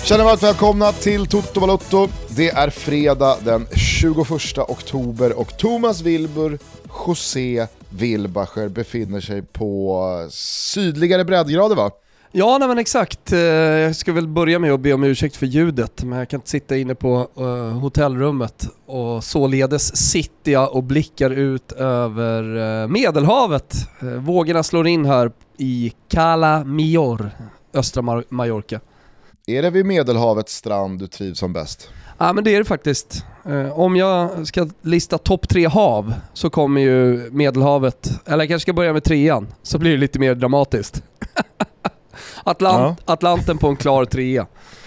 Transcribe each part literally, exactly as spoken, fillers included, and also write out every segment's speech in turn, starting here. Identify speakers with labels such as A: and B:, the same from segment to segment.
A: Tjena, varmt välkomna till Toto Balotto. Det är fredag den tjugoförsta oktober och Thomas Wilbur José Wilbacher befinner sig på sydligare breddgrader, va?
B: Ja, nej, men exakt. Jag ska väl börja med att be om ursäkt för ljudet, men jag kan inte sitta inne på uh, hotellrummet och således sitter jag och blickar ut över uh, Medelhavet. Uh, vågorna slår in här i Cala Millor, östra Mar- Mallorca.
A: Är det vid Medelhavets strand du trivs som bäst?
B: Ja, men det är det faktiskt. Uh, om jag ska lista topp tre hav så kommer ju Medelhavet, eller jag kanske ska börja med trean, så blir det lite mer dramatiskt. Atlant, ja. Atlanten på en klar trea.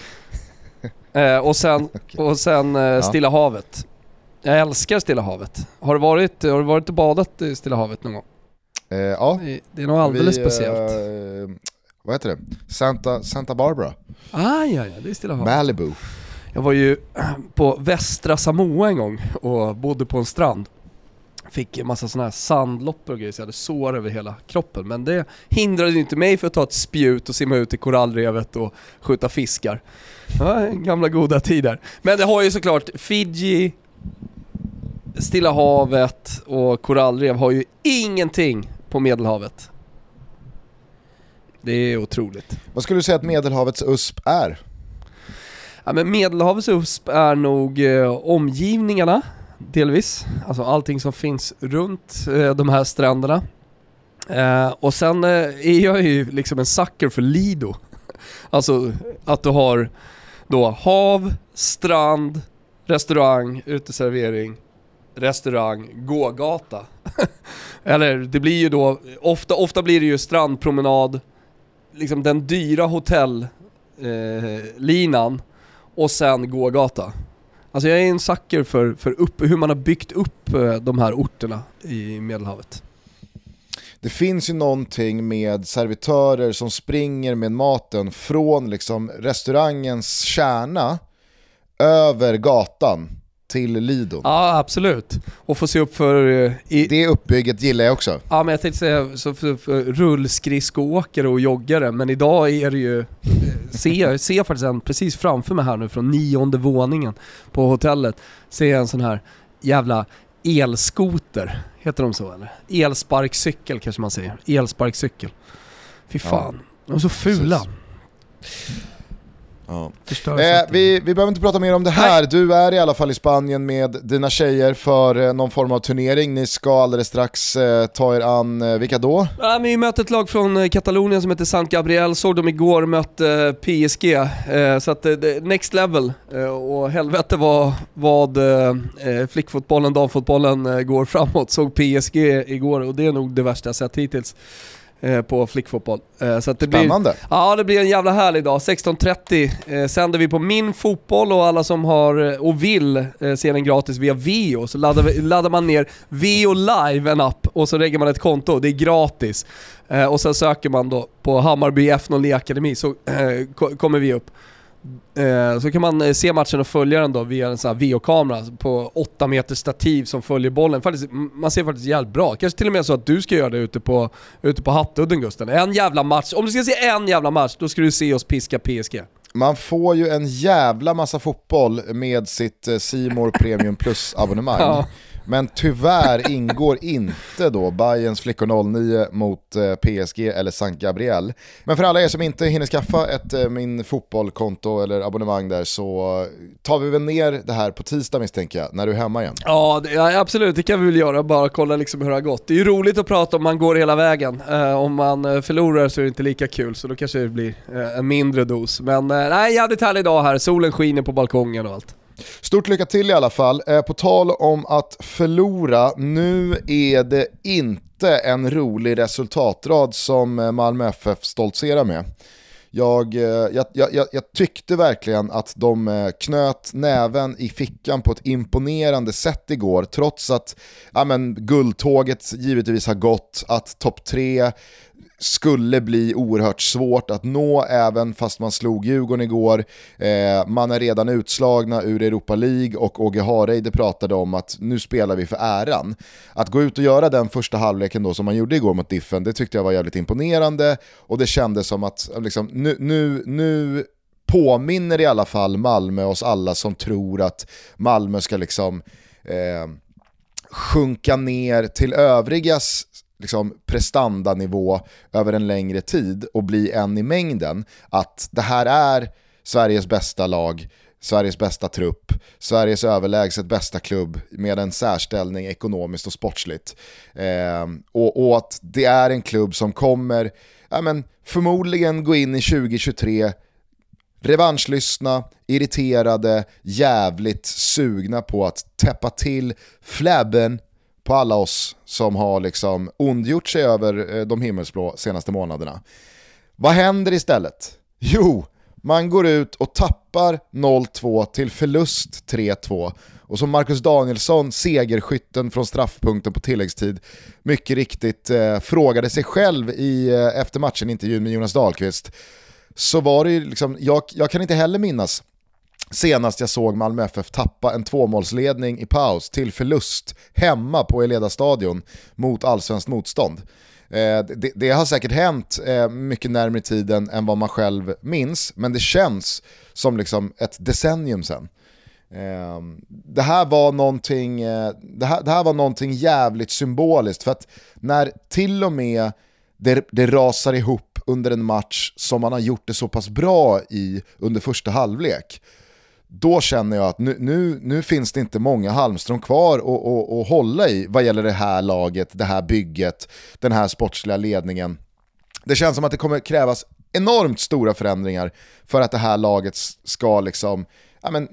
B: eh, och sen, okay. och sen eh, Stilla ja. havet. Jag älskar Stilla havet. Har du varit, har du varit och badat i Stilla havet någon gång?
A: Eh, ja.
B: Det, det är nog alldeles
A: Vi,
B: speciellt.
A: Eh, vad heter det? Santa, Santa Barbara.
B: Ah, ja, ja, det är Stilla havet.
A: Malibu.
B: Jag var ju på västra Samoa en gång och bodde på en strand. Fick en massa såna här sandloppor och grejer så jag hade sår över hela kroppen. Men det hindrade inte mig för att ta ett spjut och simma ut i korallrevet och skjuta fiskar. Ja, gamla goda tider. Men det har ju såklart Fiji, Stilla havet och korallrev har ju ingenting på Medelhavet. Det är otroligt.
A: Vad skulle du säga att Medelhavets U S P är?
B: Ja, men Medelhavets U S P är nog eh, omgivningarna. Delvis, alltså allting som finns runt eh, de här stränderna. Eh, och sen eh, är jag ju liksom en sucker för Lido. Alltså att du har då hav, strand, restaurang, uteservering, restaurang, gågata. Eller det blir ju då, ofta, ofta blir det ju strandpromenad, liksom den dyra hotelllinan eh, och sen gågata. Alltså jag är en sucker för, för upp, hur man har byggt upp de här orterna i Medelhavet.
A: Det finns ju någonting med servitörer som springer med maten från liksom restaurangens kärna över gatan till Lido.
B: Ja, absolut. Och få se upp för... I,
A: det uppbygget gillar jag också.
B: Ja, men jag tänkte säga så för, för rullskridskoåkare och joggare. Men idag är det ju... Se, se faktiskt en precis framför mig här nu från nionde våningen på hotellet. Ser jag en sån här jävla elskoter. Heter de så eller? Elsparkcykel kanske man säger. Elsparkcykel. Fy fan. Ja. De är så fula.
A: Ja. Eh, vi, vi behöver inte prata mer om det här. Nej. Du är i alla fall i Spanien med dina tjejer för eh, någon form av turnering. Ni ska alldeles strax eh, ta er an, eh, vilka då?
B: Ja, vi mötte ett lag från eh, Katalonien som heter Sant Gabriel. Såg dem igår, mötte eh, P S G. Eh, så att eh, next level. Eh, och helvete vad, vad eh, flickfotbollen, damfotbollen eh, går framåt. Såg P S G igår och det är nog det värsta jag sett hittills på flickfotboll. Så att det
A: Spännande.
B: Blir, ja, det blir en jävla härlig dag. sexton trettio eh, sänder vi på Min Fotboll och alla som har och vill eh, se den gratis via Vio. Så laddar, laddar man ner Vio Live, en app, och så lägger man ett konto. Det är gratis. Eh, och sen söker man då på Hammarby F noll Akademi så eh, ko- kommer vi upp. Eh, så kan man se matchen och följa den då via en sån här videokamera på åtta meter stativ som följer bollen. Faktiskt, man ser faktiskt jävligt bra. Kanske till och med så att du ska göra det ute på, ute på Hattudden, Gusten. En jävla match. Om du ska se en jävla match, då ska du se oss piska P S G.
A: Man får ju en jävla massa fotboll med sitt C More Premium Plus abonnemang. Ja. Men tyvärr ingår inte då Bayerns flickor noll nio mot eh, P S G eller Sant Gabriel. Men för alla er som inte hinner skaffa ett eh, Min Fotbollkonto eller abonnemang där, så tar vi väl ner det här på tisdag, misstänker jag, när du är hemma igen. Ja,
B: det, ja absolut, det kan vi väl göra. Bara kolla liksom hur det har gått. Det är ju roligt att prata om man går hela vägen. Eh, om man förlorar så är det inte lika kul, så då kanske det blir eh, en mindre dos. Men eh, nej, jävligt härlig dag här. Solen skiner på balkongen och allt.
A: Stort lycka till i alla fall. Eh, på tal om att förlora, nu är det inte en rolig resultatrad som Malmö F F stoltserar med. Jag, jag, jag, jag tyckte verkligen att de knöt näven i fickan på ett imponerande sätt igår, trots att ja, men, guldtåget givetvis har gått, att topp tre skulle bli oerhört svårt att nå även fast man slog Djurgården igår. Eh, man är redan utslagna ur Europa League och Åge Hareide pratade om att nu spelar vi för äran. Att gå ut och göra den första halvleken då som man gjorde igår mot Diffen, det tyckte jag var jävligt imponerande, och det kändes som att liksom, nu, nu, nu påminner i alla fall Malmö oss alla som tror att Malmö ska liksom eh, sjunka ner till övrigas liksom prestandanivå över en längre tid och bli en i mängden, att det här är Sveriges bästa lag, Sveriges bästa trupp, Sveriges överlägset bästa klubb med en särställning ekonomiskt och sportsligt. Eh, och, och att det är en klubb som kommer ja, men, förmodligen gå in i tjugo tjugotre revanschlystna, irriterade, jävligt sugna på att täppa till flabben på alla oss som har liksom ondgjort sig över de himmelsblå senaste månaderna. Vad händer istället? Jo, man går ut och tappar noll två till förlust tre två. Och som Marcus Danielsson, segerskytten från straffpunkten på tilläggstid, mycket riktigt eh, frågade sig själv i eh, efter matchen intervjun med Jonas Dahlqvist, så var det ju liksom, jag, jag kan inte heller minnas senast jag såg Malmö F F tappa en tvåmålsledning i paus till förlust hemma på Eleda stadion mot allsvenskt motstånd. Eh, det, det har säkert hänt eh, mycket närmare tiden än vad man själv minns, men det känns som liksom ett decennium sedan. Eh, det här var någonting eh, det, här, det här var någonting jävligt symboliskt, för att när till och med det, det rasar ihop under en match som man har gjort det så pass bra i under första halvlek, då känner jag att nu, nu, nu finns det inte många halmstrån kvar att, att, att hålla i vad gäller det här laget, det här bygget, den här sportsliga ledningen. Det känns som att det kommer krävas enormt stora förändringar för att det här laget ska liksom, ja men,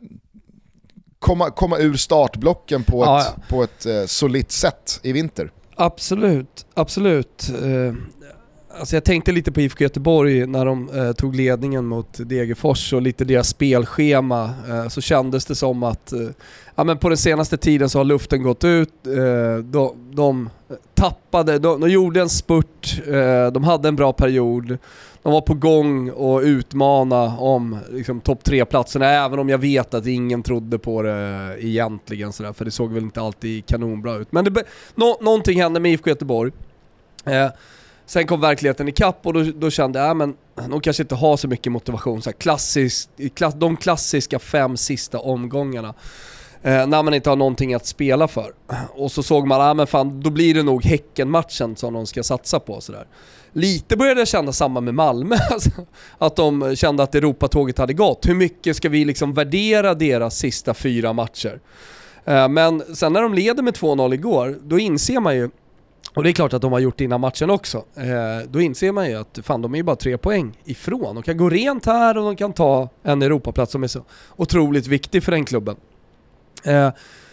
A: komma, komma ur startblocken på ett, ja, ja. på ett uh, solitt sätt i vinter.
B: Absolut, absolut. Uh... Alltså jag tänkte lite på I F K Göteborg när de eh, tog ledningen mot Degerfors och lite deras spelschema, eh, så kändes det som att eh, ja, men på den senaste tiden så har luften gått ut. Eh, de, de tappade, de, de gjorde en spurt, eh, de hade en bra period, de var på gång och utmana om liksom, topp tre platserna, även om jag vet att ingen trodde på det egentligen sådär, för det såg väl inte alltid kanonbra ut. Men det, no, någonting hände med I F K Göteborg. Eh, Sen kom verkligheten i kapp och då, då kände jag, ja, men de kanske inte har så mycket motivation. Så här klassisk, klass, de klassiska fem sista omgångarna. Eh, när man inte har någonting att spela för. Och så såg man, ja men fan, då blir det nog Häcken-matchen som de ska satsa på. Så där. Lite började jag känna samma med Malmö. Alltså, att de kände att Europatåget hade gått. Hur mycket ska vi liksom värdera deras sista fyra matcher? Eh, men sen när de leder med två noll igår, då inser man ju, och det är klart att de har gjort det innan matchen också. Eh, då inser man ju att fan, de är ju bara tre poäng ifrån. De kan gå rent här och de kan ta en Europaplats som är så otroligt viktig för den klubben. Eh,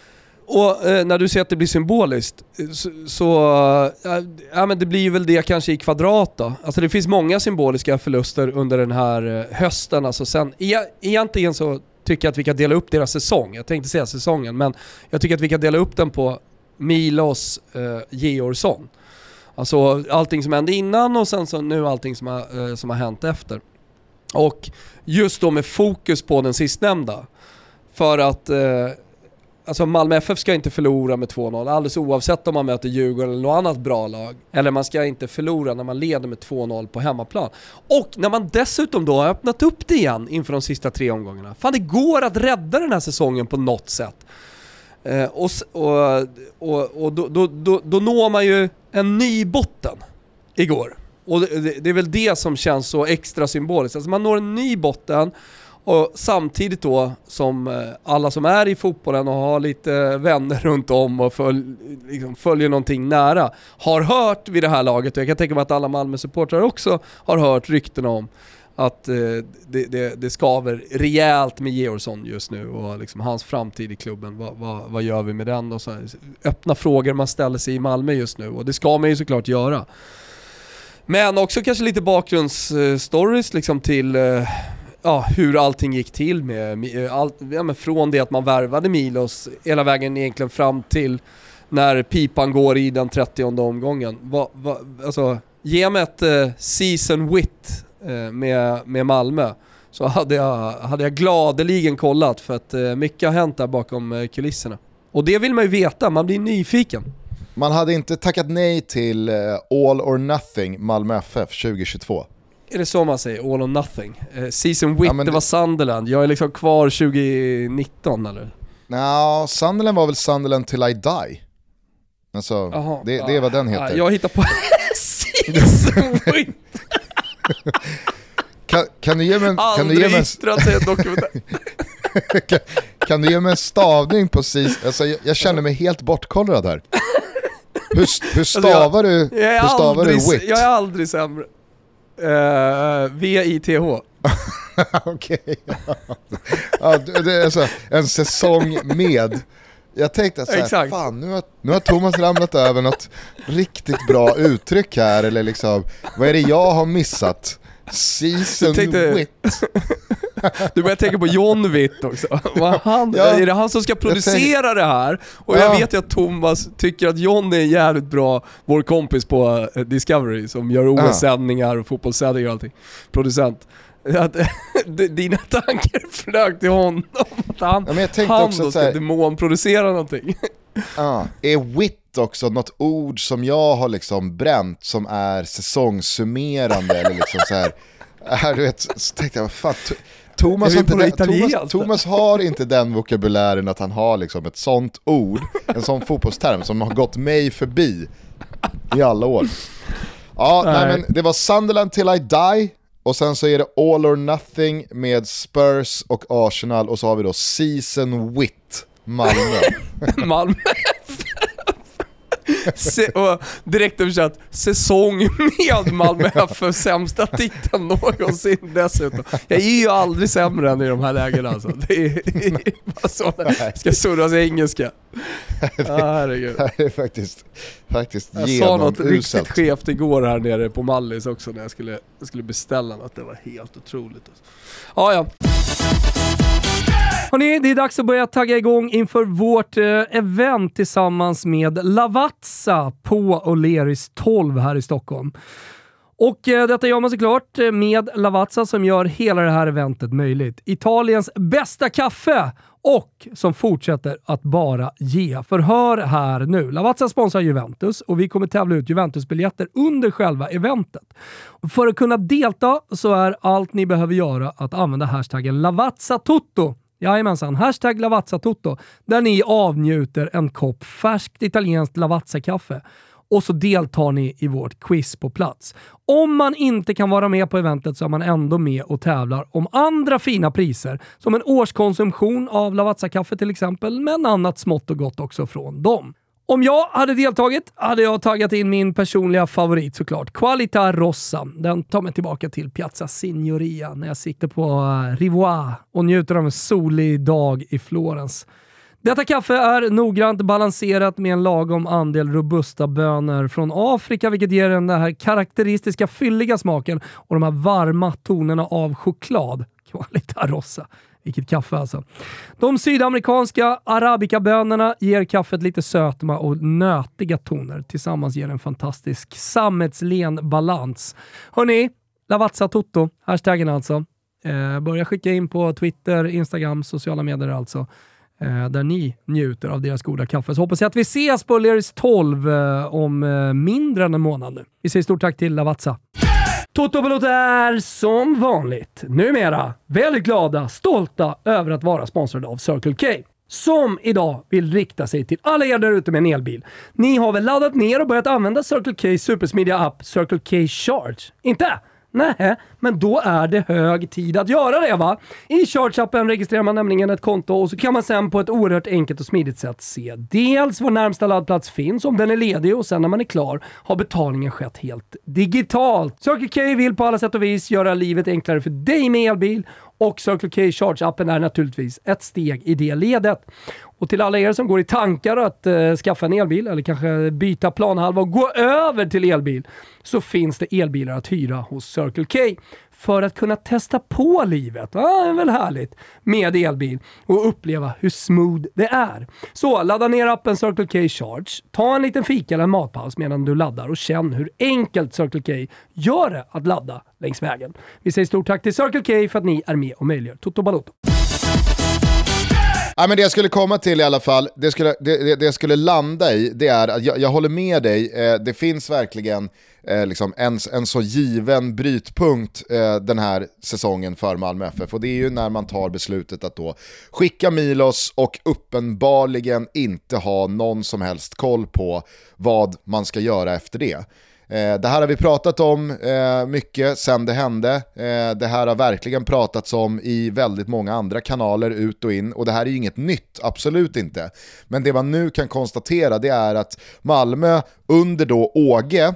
B: och eh, när du säger att det blir symboliskt så, så äh, ja, men det blir väl det kanske i kvadrat då. Alltså det finns många symboliska förluster under den här eh, hösten. Alltså sen, e- egentligen så tycker jag att vi kan dela upp deras säsong. Jag tänkte säga säsongen, men jag tycker att vi kan dela upp den på Milos eh, Georgsson. Alltså allting som hände innan och sen så nu allting som har, eh, som har hänt efter. Och just då med fokus på den sistnämnda. För att eh, alltså Malmö F F ska inte förlora med två noll alldeles oavsett om man möter Djurgården eller något annat bra lag. Eller man ska inte förlora när man leder med två noll på hemmaplan. Och när man dessutom då har öppnat upp det igen inför de sista tre omgångarna. Fan, det går att rädda den här säsongen på något sätt. Eh, och och, och, och då, då, då, då når man ju en ny botten igår. Och det, det är väl det som känns så extra symboliskt. Alltså man når en ny botten och samtidigt då som alla som är i fotbollen och har lite vänner runt om och följ, liksom följer någonting nära har hört vid det här laget. Och jag kan tänka mig att alla Malmö-supportrar också har hört ryktena om att eh, det, det, det skaver rejält med Georgsson just nu och liksom hans framtid i klubben. Va, va, vad gör vi med den? Och så här, öppna frågor man ställer sig i Malmö just nu och det ska man ju såklart göra. Men också kanske lite bakgrundsstories liksom till eh, ja, hur allting gick till med, all, ja, med från det att man värvade Milos hela vägen egentligen fram till när pipan går i den trettionde omgången. Va, va, alltså, ge mig ett eh, season wit eh, med, med Malmö så hade jag, hade jag gladeligen kollat för att eh, mycket har hänt där bakom eh, kulisserna. Och det vill man ju veta, man blir nyfiken.
A: Man hade inte tackat nej till uh, All or Nothing Malmö F F tjugo tjugotvå.
B: Är det så man säger? All or nothing? Eh, season with, ja, det, det var Sunderland. Jag är liksom kvar tjugonitton eller?
A: Nej, no, Sunderland var väl Sunderland till I die. Alltså, Aha, det, det är vad den heter.
B: Jag hittar på season with.
A: kan, kan du ge mig en...
B: Aldrig
A: kan du ge mig
B: yttrat sig en dokumentär.
A: kan, kan du ge mig en stavning på season? Alltså, jag, jag känner mig helt bortkollrad här. Hur, hur stavar du,
B: jag, jag
A: hur stavar
B: aldrig,
A: du wit?
B: Jag är aldrig sämre. Uh, V I T H.
A: Okej. Okay. Ja, det är alltså en säsong med. Jag tänkte så här,
B: Exakt.
A: fan, nu har, nu har Thomas ramlat över något riktigt bra uttryck här. Eller liksom, vad är det jag har missat? Season
B: tänkte,
A: wit.
B: Du börjar tänka på John Witt också. Han, ja, är det han som ska producera tänk... det här? Och ja. Jag vet ju att Thomas tycker att John är jävligt bra, vår kompis på Discovery som gör O S-sändningar och fotbollssändningar och allting. Producent. Att, dina tankar flög till honom att han, ja, men jag tänkte han också då ska här... demonproducera någonting.
A: Ja, är wit också något ord som jag har liksom bränt som är säsongssummerande eller liksom så här, här du vet, så tänkte jag, vad fan, Thomas har, inte den, Thomas, Thomas har inte den vokabulären att han har liksom ett sånt ord, en sån fotbollsterm som har gått mig förbi i alla år. Ja, nej. Nej, men det var Sunderland till I die. Och sen så är det All or Nothing med Spurs och Arsenal. Och så har vi då Season with Malmö.
B: Malmö. Se, och direkt översatt, säsong med Malmö för sämsta titeln någonsin dessutom. Jag är ju aldrig sämre än i de här lägena alltså. Det är, det är bara så att ska surras i engelska.
A: det, ah, herregud. Det är faktiskt, faktiskt
B: jag sa något riktigt skevt igår här nere på Mallis också när jag skulle, jag skulle beställa något. Det var helt otroligt alltså. Ah, ja. Hörrni, det är dags att börja tagga igång inför vårt eh, event tillsammans med Lavazza på O'Learys tolv här i Stockholm. Och eh, detta gör man såklart med Lavazza som gör hela det här eventet möjligt. Italiens bästa kaffe och som fortsätter att bara ge. För hör här nu, Lavazza sponsrar Juventus och vi kommer tävla ut Juventus-biljetter under själva eventet. För att kunna delta så är allt ni behöver göra att använda hashtaggen LavazzatoTo. Jajamensan, hashtag LavazzatoTo, där ni avnjuter en kopp färskt italienskt Lavazza-kaffe. Och så deltar ni i vårt quiz på plats. Om man inte kan vara med på eventet så är man ändå med och tävlar om andra fina priser. Som en årskonsumtion av Lavazza-kaffe till exempel, men annat smått och gott också från dem. Om jag hade deltagit hade jag tagit in min personliga favorit såklart. Qualità Rossa. Den tar mig tillbaka till Piazza Signoria när jag sitter på Rivoire och njuter av en solig dag i Florens. Detta kaffe är noggrant balanserat med en lagom andel robusta bönor från Afrika, vilket ger den här karaktäristiska fylliga smaken och de här varma tonerna av choklad. Qualità Rossa. Vilket kaffe alltså. De sydamerikanska arabica-bönorna ger kaffet lite sötma och nötiga toner. Tillsammans ger en fantastisk sammetslen balans. Hörrni, Lavazatoto, hashtaggen alltså. Eh, börja skicka in på Twitter, Instagram, sociala medier alltså. Eh, där ni njuter av deras goda kaffe. Så hoppas jag att vi ses på O'Learys tolv eh, om eh, mindre än en månad nu. Vi säger stort tack till Lavazza. Toto Balotto är som vanligt numera väldigt glada, stolta över att vara sponsrade av Circle K. Som idag vill rikta sig till alla er där ute med en elbil. Ni har väl laddat ner och börjat använda Circle K supersmidiga app Circle K Charge? Inte? Nej, men då är det hög tid att göra det va? I Charge-appen registrerar man nämligen ett konto och så kan man sen på ett oerhört enkelt och smidigt sätt se dels var närmsta laddplats finns om den är ledig och sen när man är klar har betalningen skett helt digitalt. Circle K vill på alla sätt och vis göra livet enklare för dig med elbil och Circle K Charge-appen är naturligtvis ett steg i det ledet. Och till alla er som går i tankar att uh, skaffa en elbil eller kanske byta planhalva och gå över till elbil så finns det elbilar att hyra hos Circle K för att kunna testa på livet. Ja, det är väl härligt med elbil och uppleva hur smooth det är. Så ladda ner appen Circle K Charge, ta en liten fika eller en matpaus medan du laddar och känn hur enkelt Circle K gör det att ladda längs vägen. Vi säger stort tack till Circle K för att ni är med och möjliggör Toto Balotto.
A: Ja, men det jag skulle komma till i alla fall, det, skulle, det, det jag skulle landa i, det är att jag, jag håller med dig, eh, det finns verkligen eh, liksom en, en så given brytpunkt eh, den här säsongen för Malmö F F, och det är ju när man tar beslutet att då skicka Milos och uppenbarligen inte ha någon som helst koll på vad man ska göra efter det. Eh, det här har vi pratat om eh, mycket sedan det hände. Eh, det här har verkligen pratats om i väldigt många andra kanaler ut och in, och det här är ju inget nytt, absolut inte. Men det man nu kan konstatera, det är att Malmö under då Åge,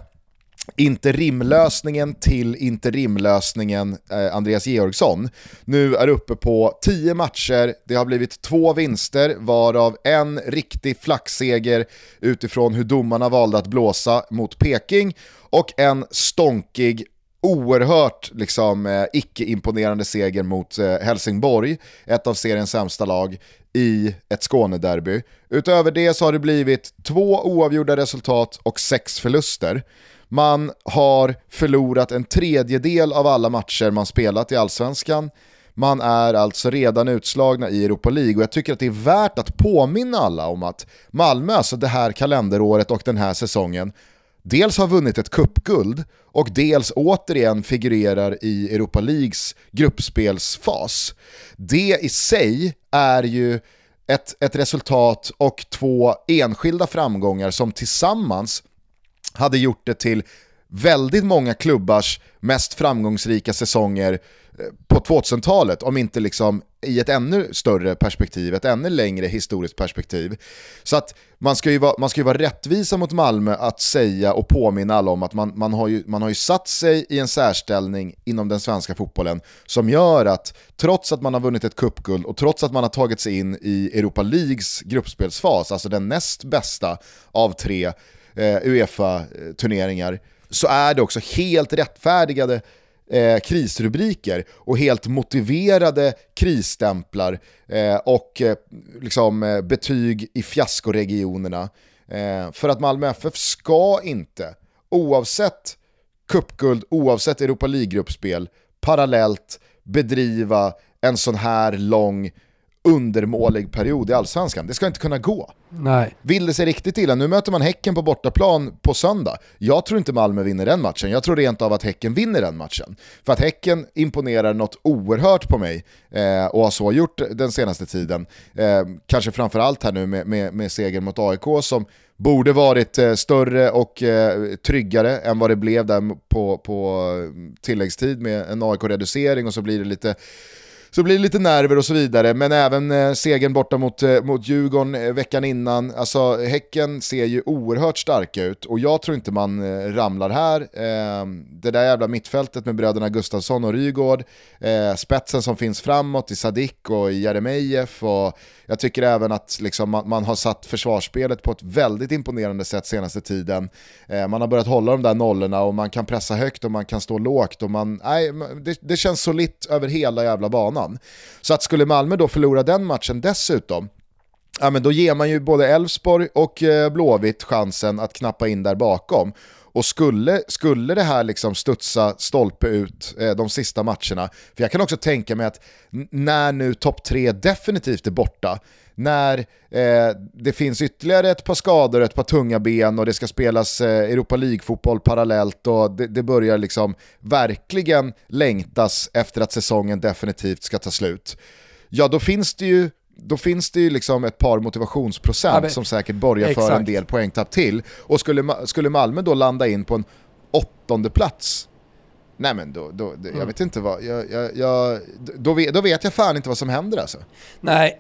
A: interimlösningen till interimlösningen eh, Andreas Georgsson, nu är uppe på tio matcher. Det har blivit två vinster, varav en riktig flaxseger utifrån hur domarna valde att blåsa mot Peking, och en stonkig, oerhört liksom, eh, icke-imponerande seger mot eh, Helsingborg, ett av seriens sämsta lag, i ett Skånederby. Utöver det så har det blivit två oavgjorda resultat och sex förluster. Man har förlorat en tredjedel av alla matcher man spelat i Allsvenskan. Man är alltså redan utslagna i Europa League, och jag tycker att det är värt att påminna alla om att Malmö, alltså det här kalenderåret och den här säsongen, dels har vunnit ett cupguld och dels återigen figurerar i Europa Leagues gruppspelsfas. Det i sig är ju ett, ett resultat och två enskilda framgångar som tillsammans hade gjort det till väldigt många klubbars mest framgångsrika säsonger på tvåtusentalet, om inte liksom i ett ännu större perspektiv, ett ännu längre historiskt perspektiv. Så att man ska ju vara, man ska ju vara rättvisa mot Malmö att säga och påminna alla om att man, man, har ju, man har ju satt sig i en särställning inom den svenska fotbollen som gör att trots att man har vunnit ett cupguld och trots att man har tagit sig in i Europa Leagues gruppspelsfas, alltså den näst bästa av tre eh, UEFA-turneringar, så är det också helt rättfärdigade Eh, krisrubriker och helt motiverade krisstämplar eh, och eh, liksom, eh, betyg i fiaskoregionerna. Eh, för att Malmö F F ska inte, oavsett cupguld, oavsett Europa League-gruppspel, parallellt bedriva en sån här lång undermålig period i Allsvenskan. Det ska inte kunna gå.
B: Nej.
A: Vill det sig riktigt illa, nu möter man Häcken på bortaplan på söndag. Jag tror inte Malmö vinner den matchen. Jag tror rent av att Häcken vinner den matchen. För att Häcken imponerar något oerhört på mig eh, och har så gjort den senaste tiden. Eh, kanske framförallt här nu med, med, med segern mot A I K som borde varit eh, större och eh, tryggare än vad det blev där på, på tilläggstid med en A I K-reducering, och så blir det lite Så blir det lite nerver och så vidare. Men även eh, segern borta mot, eh, mot Djurgården eh, veckan innan. Alltså Häcken ser ju oerhört starka ut. Och jag tror inte man eh, ramlar här. Eh, det där jävla mittfältet med bröderna Gustafsson och Rygård. Eh, spetsen som finns framåt i Sadik och i Jeremejeff. Och jag tycker även att liksom, man, man har satt försvarsspelet på ett väldigt imponerande sätt senaste tiden. Eh, man har börjat hålla de där nollorna och man kan pressa högt och man kan stå lågt. Och man, nej, det, det känns solitt över hela jävla banan. Så att skulle Malmö då förlora den matchen dessutom, ja, men då ger man ju både Elfsborg och eh, Blåvitt chansen att knappa in där bakom. Och skulle, skulle det här liksom studsa stolpe ut eh, de sista matcherna, för jag kan också tänka mig att n- när nu topp tre definitivt är borta, när eh, det finns ytterligare ett par skador, ett par tunga ben och det ska spelas eh, Europa League-fotboll parallellt och det, det börjar liksom verkligen längtas efter att säsongen definitivt ska ta slut. Ja, då finns det ju då finns det ju liksom ett par motivationsprocent ja, men, som säkert borgar exakt. För en del poängtapp till. Och skulle, skulle Malmö då landa in på en åttonde plats, nej men då, då jag mm. vet inte vad jag, jag, jag, då, vet, då vet jag fan inte vad som händer alltså.
B: Nej,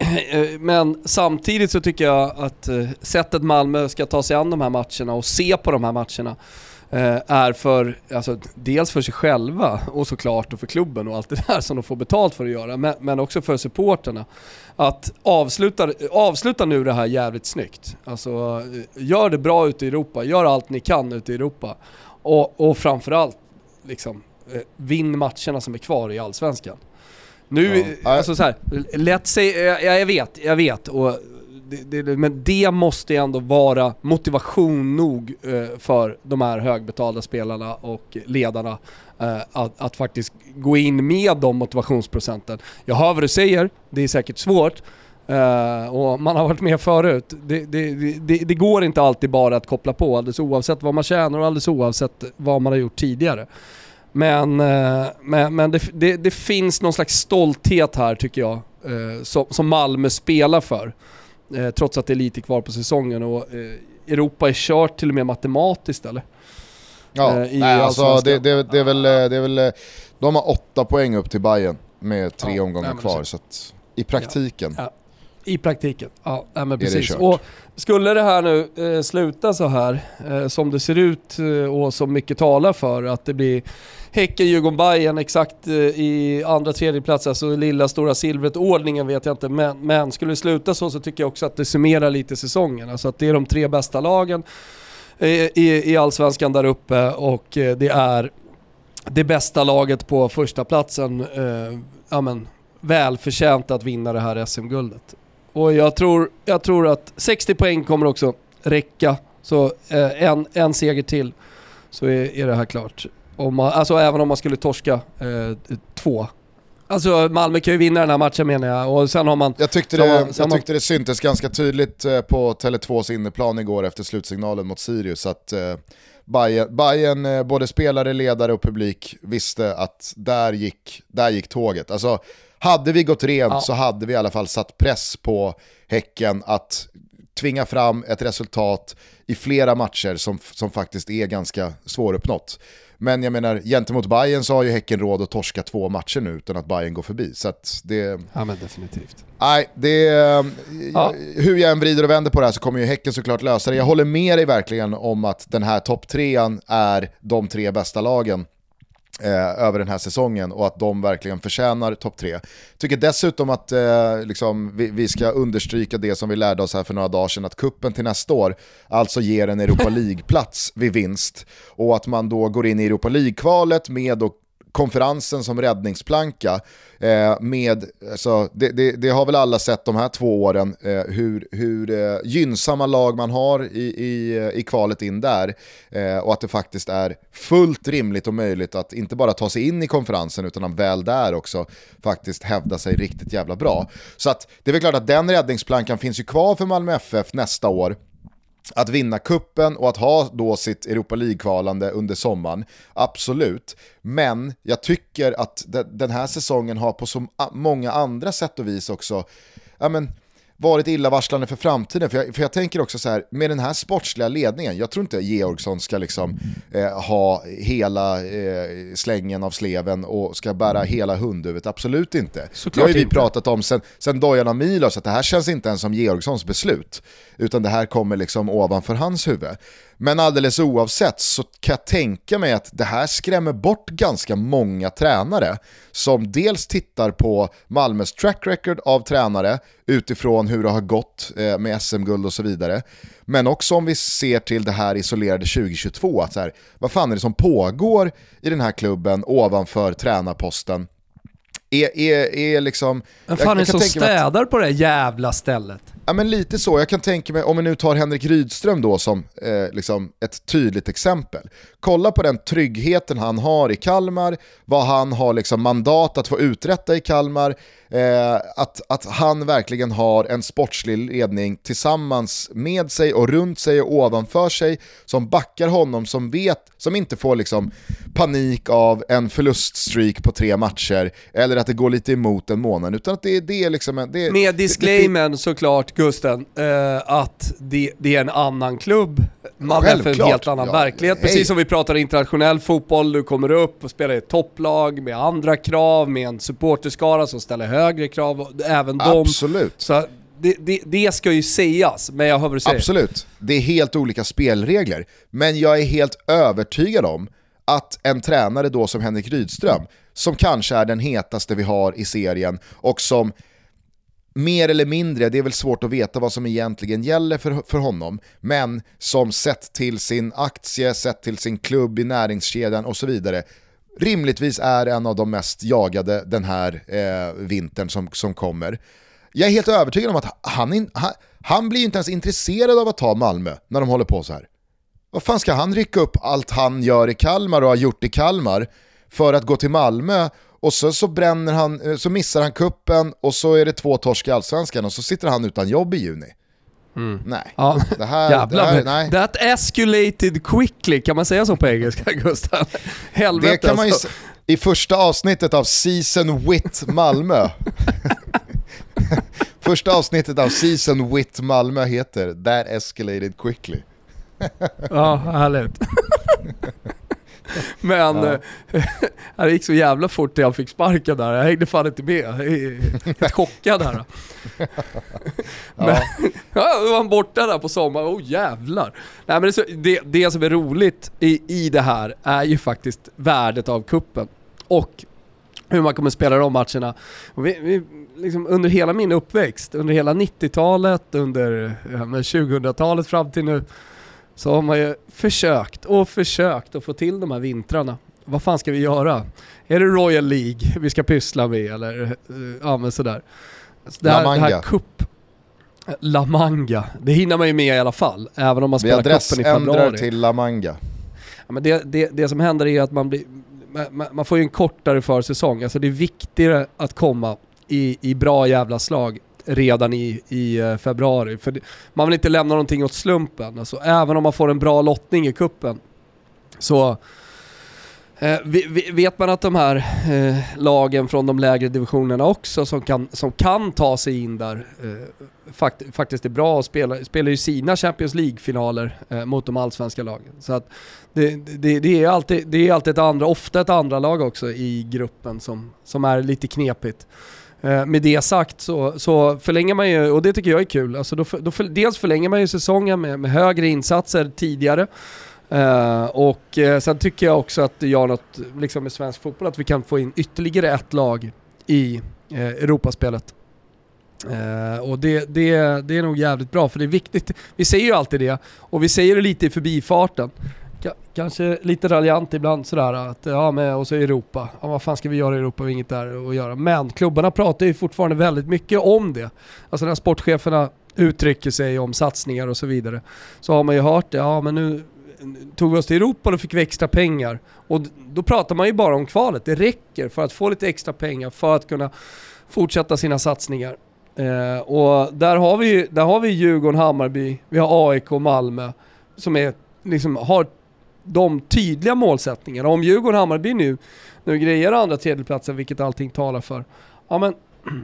B: men samtidigt så tycker jag att sättet Malmö ska ta sig an de här matcherna och se på de här matcherna är för, alltså, dels för sig själva och såklart och för klubben och allt det där som de får betalt för att göra, men, men också för supporterna. Att avsluta, avsluta nu det här jävligt snyggt. Alltså, gör det bra ute i Europa, gör allt ni kan ute i Europa och, och framförallt liksom, vinn matcherna som är kvar i Allsvenskan. Nu, ja. alltså så här, lätt sig, jag, jag vet, jag vet och Det, det, men det måste ändå vara motivation nog eh, för de här högbetalda spelarna och ledarna eh, att, att faktiskt gå in med de motivationsprocenten. Jag hör vad du säger, det är säkert svårt, Uh, och man har varit med förut. Det, det, det, det går inte alltid bara att koppla på, alldeles oavsett vad man tjänar och alldeles oavsett vad man har gjort tidigare. Men, uh, men, men det, det, det finns någon slags stolthet här, tycker jag, uh, som, som Malmö spelar för. Uh, trots att det är lite kvar på säsongen och uh, Europa är kört till och med matematiskt, eller?
A: Ja, uh, nej, alltså det, det, det, är väl, det är väl... De har åtta poäng upp till Bayern med tre ja, omgångar nej, kvar, så att i praktiken... Ja, ja. I
B: praktiken, ja, men precis. Och skulle det här nu eh, sluta så här eh, som det ser ut eh, och som mycket talar för att det blir Häcken, Djurgården, Bayern exakt eh, i andra tredje plats, alltså lilla stora silvret ordningen vet jag inte, men, men skulle det sluta så så tycker jag också att det summerar lite säsongen, alltså att det är de tre bästa lagen eh, i, i allsvenskan där uppe och eh, det är det bästa laget på första platsen eh, ja men välförtjänt att vinna det här S M-guldet. Och jag tror, jag tror att sextio poäng kommer också räcka. Så eh, en, en seger till så är, är det här klart. Om man, alltså även om man skulle torska eh, två. Alltså Malmö kan ju vinna den här matchen, menar jag. Och sen har man,
A: jag tyckte det, man, jag tyckte det syntes ganska tydligt eh, på Tele tvås inneplan igår efter slutsignalen mot Sirius att eh, Bayern, Bayern eh, både spelare, ledare och publik visste att där gick, där gick tåget. Alltså hade vi gått rent ja. så hade vi i alla fall satt press på Häcken att tvinga fram ett resultat i flera matcher som, som faktiskt är ganska svåruppnått. Men jag menar, gentemot Bayern så har ju Häcken råd att torska två matcher nu utan att Bayern går förbi. Så att det...
B: Ja, men definitivt.
A: Nej, det... Ja. Hur jag än vrider och vänder på det här så kommer ju Häcken såklart lösa det. Jag håller med dig verkligen om att den här topp trean är de tre bästa lagen Eh, över den här säsongen och att de verkligen förtjänar topp tre. Tycker dessutom att eh, liksom, vi, vi ska understryka det som vi lärde oss här för några dagar sedan, att kuppen till nästa år alltså ger en Europa League-plats vid vinst och att man då går in i Europa League-kvalet med då konferensen som räddningsplanka eh, med, alltså, det, det, det har väl alla sett de här två åren eh, hur, hur eh, gynnsamma lag man har i, i, i kvalet in där eh, och att det faktiskt är fullt rimligt och möjligt att inte bara ta sig in i konferensen utan att väl där också faktiskt hävda sig riktigt jävla bra. Så att det är väl klart att den räddningsplankan finns ju kvar för Malmö F F nästa år. Att vinna kuppen och att ha då sitt Europa League-kvalande under sommaren, absolut. Men jag tycker att den här säsongen har på så många andra sätt och vis också ja, men, varit illavarslande för framtiden. För jag, för jag tänker också så här, med den här sportsliga ledningen, jag tror inte Georgsson ska liksom eh, ha hela eh, slängen av sleven och ska bära hela hundhuvudet, absolut inte. Det har ju vi pratat om sen, sen Dojan och Milos, att det här känns inte ens som Georgssons beslut, utan det här kommer liksom ovanför hans huvud. Men alldeles oavsett så kan jag tänka mig att det här skrämmer bort ganska många tränare som dels tittar på Malmös track record av tränare utifrån hur det har gått med S M-guld och så vidare. Men också om vi ser till det här isolerade tjugo tjugotvå, att så här, vad fan är det som pågår i den här klubben ovanför tränarposten? Är, är, är liksom...
B: Men fan är det som städar att, på det här jävla stället?
A: Ja, men lite så. Jag kan tänka mig, om vi nu tar Henrik Rydström då som eh, liksom ett tydligt exempel. Kolla på den tryggheten han har i Kalmar, vad han har liksom mandat att få uträtta i Kalmar, eh, att, att han verkligen har en sportslig ledning tillsammans med sig och runt sig och ovanför sig som backar honom, som vet, som inte får liksom panik av en förluststreak på tre matcher eller att det går lite emot en månad, utan att det, det är liksom en, det,
B: med disclaimen såklart Gusten, eh, att det, det är en annan klubb. Man är för en helt annan ja, verklighet. Precis hej. Som vi pratar internationell fotboll, du kommer upp och spelar i ett topplag med andra krav, med en supporterskara som ställer högre krav, även de.
A: Absolut.
B: Så det, det, det ska ju sägas, men jag hör vad du säger.
A: Absolut, det är helt olika spelregler. Men jag är helt övertygad om att en tränare då som Henrik Rydström, som kanske är den hetaste vi har i serien och som mer eller mindre, det är väl svårt att veta vad som egentligen gäller för, för honom, men som sett till sin aktie, sett till sin klubb i näringskedjan och så vidare, rimligtvis är en av de mest jagade den här eh, vintern som, som kommer. Jag är helt övertygad om att han, in, han, han blir inte ens intresserad av att ta Malmö när de håller på så här. Vad fan ska han rycka upp allt han gör i Kalmar och har gjort i Kalmar för att gå till Malmö Och så, så bränner han, så missar han kuppen och så är det två torsk i Allsvenskan och så sitter han utan jobb i juni. Mm. Nej.
B: Ja.
A: Det här, det här nej.
B: That escalated quickly, kan man säga så på engelska, Gustav? Helvete.
A: Det kan man ju
B: alltså.
A: I första avsnittet av Season With Malmö. Första avsnittet av Season With Malmö heter That escalated quickly.
B: Ja, härligt. Men ja. Det gick så jävla fort när jag fick sparka där. Jag hängde fan inte med. Jag är helt chockad här. Men ja. Ja, då var han borta där på sommaren. Åh oh, jävlar. Nej, men det, så, det, det som är roligt i, i det här är ju faktiskt värdet av kuppen. Och hur man kommer spela de matcherna. Och vi, vi, liksom under hela min uppväxt, under hela nittiotalet, under ja, tjugohundratalet fram till nu, så har man ju försökt och försökt att få till de här vintrarna. Vad fan ska vi göra? Är det Royal League vi ska pyssla med? Eller ja, men sådär. Det här,
A: La Manga.
B: Det här kupp... La Manga. Det hinner man ju med i alla fall. Även om man spelar kuppen i februari.
A: Vi adressändrar till La Manga.
B: Ja, men det, det, det som händer är att man blir... Man, man får ju en kortare försäsong. Alltså det är viktigare att komma i, i bra jävla slag redan i, i februari. För man vill inte lämna någonting åt slumpen. Alltså, även om man får en bra lottning i kuppen så eh, vi, vi, vet man att de här eh, lagen från de lägre divisionerna också som kan, som kan ta sig in där eh, fakt, faktiskt är bra och spelar, spelar ju sina Champions League-finaler eh, mot de allsvenska lagen. Så att det, det, det, är alltid, det är alltid ett andra, ofta ett andra lag också i gruppen som, som är lite knepigt. Uh, med det sagt så, så förlänger man ju, och det tycker jag är kul, alltså då, då för, dels förlänger man ju säsongen med, med högre insatser tidigare uh, och uh, sen tycker jag också att det gör något liksom med svensk fotboll att vi kan få in ytterligare ett lag i uh, Europaspelet. Uh, och det, det, det är nog jävligt bra, för det är viktigt, vi säger ju alltid det och vi säger det lite i förbifarten. Kanske lite raljant ibland sådär att ja, men och så Europa. Ja, vad fan ska vi göra i Europa? Vi har inget där att göra. Men klubbarna pratar ju fortfarande väldigt mycket om det. Alltså när sportcheferna uttrycker sig om satsningar och så vidare, så har man ju hört det. Ja, men nu tog vi oss till Europa och då fick vi extra pengar. Och då pratar man ju bara om kvalet. Det räcker för att få lite extra pengar för att kunna fortsätta sina satsningar. Eh, och där har vi där har vi Djurgården, Hammarby, vi har A I K och Malmö som är liksom har de tydliga målsättningarna. Om Djurgården och Hammarby nu, nu grejer andra tredjeplatsen, vilket allting talar för. Ja, men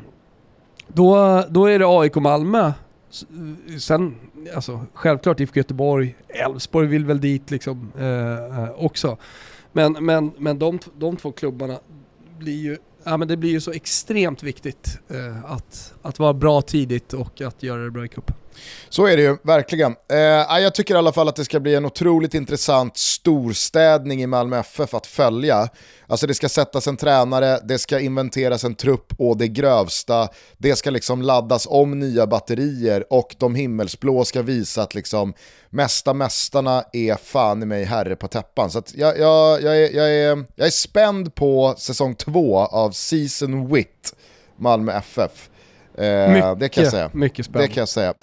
B: då, då är det A I K Malmö. Sen, alltså, självklart I F K Göteborg, Elfsborg vill väl dit liksom eh, också. Men, men, men de, de två klubbarna blir ju, ja, men det blir ju så extremt viktigt eh, att, att vara bra tidigt och att göra det bra i cupen.
A: Så är det ju, verkligen. Eh, jag tycker i alla fall att det ska bli en otroligt intressant storstädning i Malmö F F att följa. Alltså det ska sättas en tränare, det ska inventeras en trupp och det grövsta. Det ska liksom laddas om nya batterier och de himmelsblå ska visa att liksom mesta mästarna är fan i mig herre på täppan. Så att jag, jag, jag, är, jag, är, jag är spänd på säsong två av Season With Malmö F F. Eh,
B: mycket,
A: det kan jag säga.
B: Mycket spännande.
A: Det kan jag säga.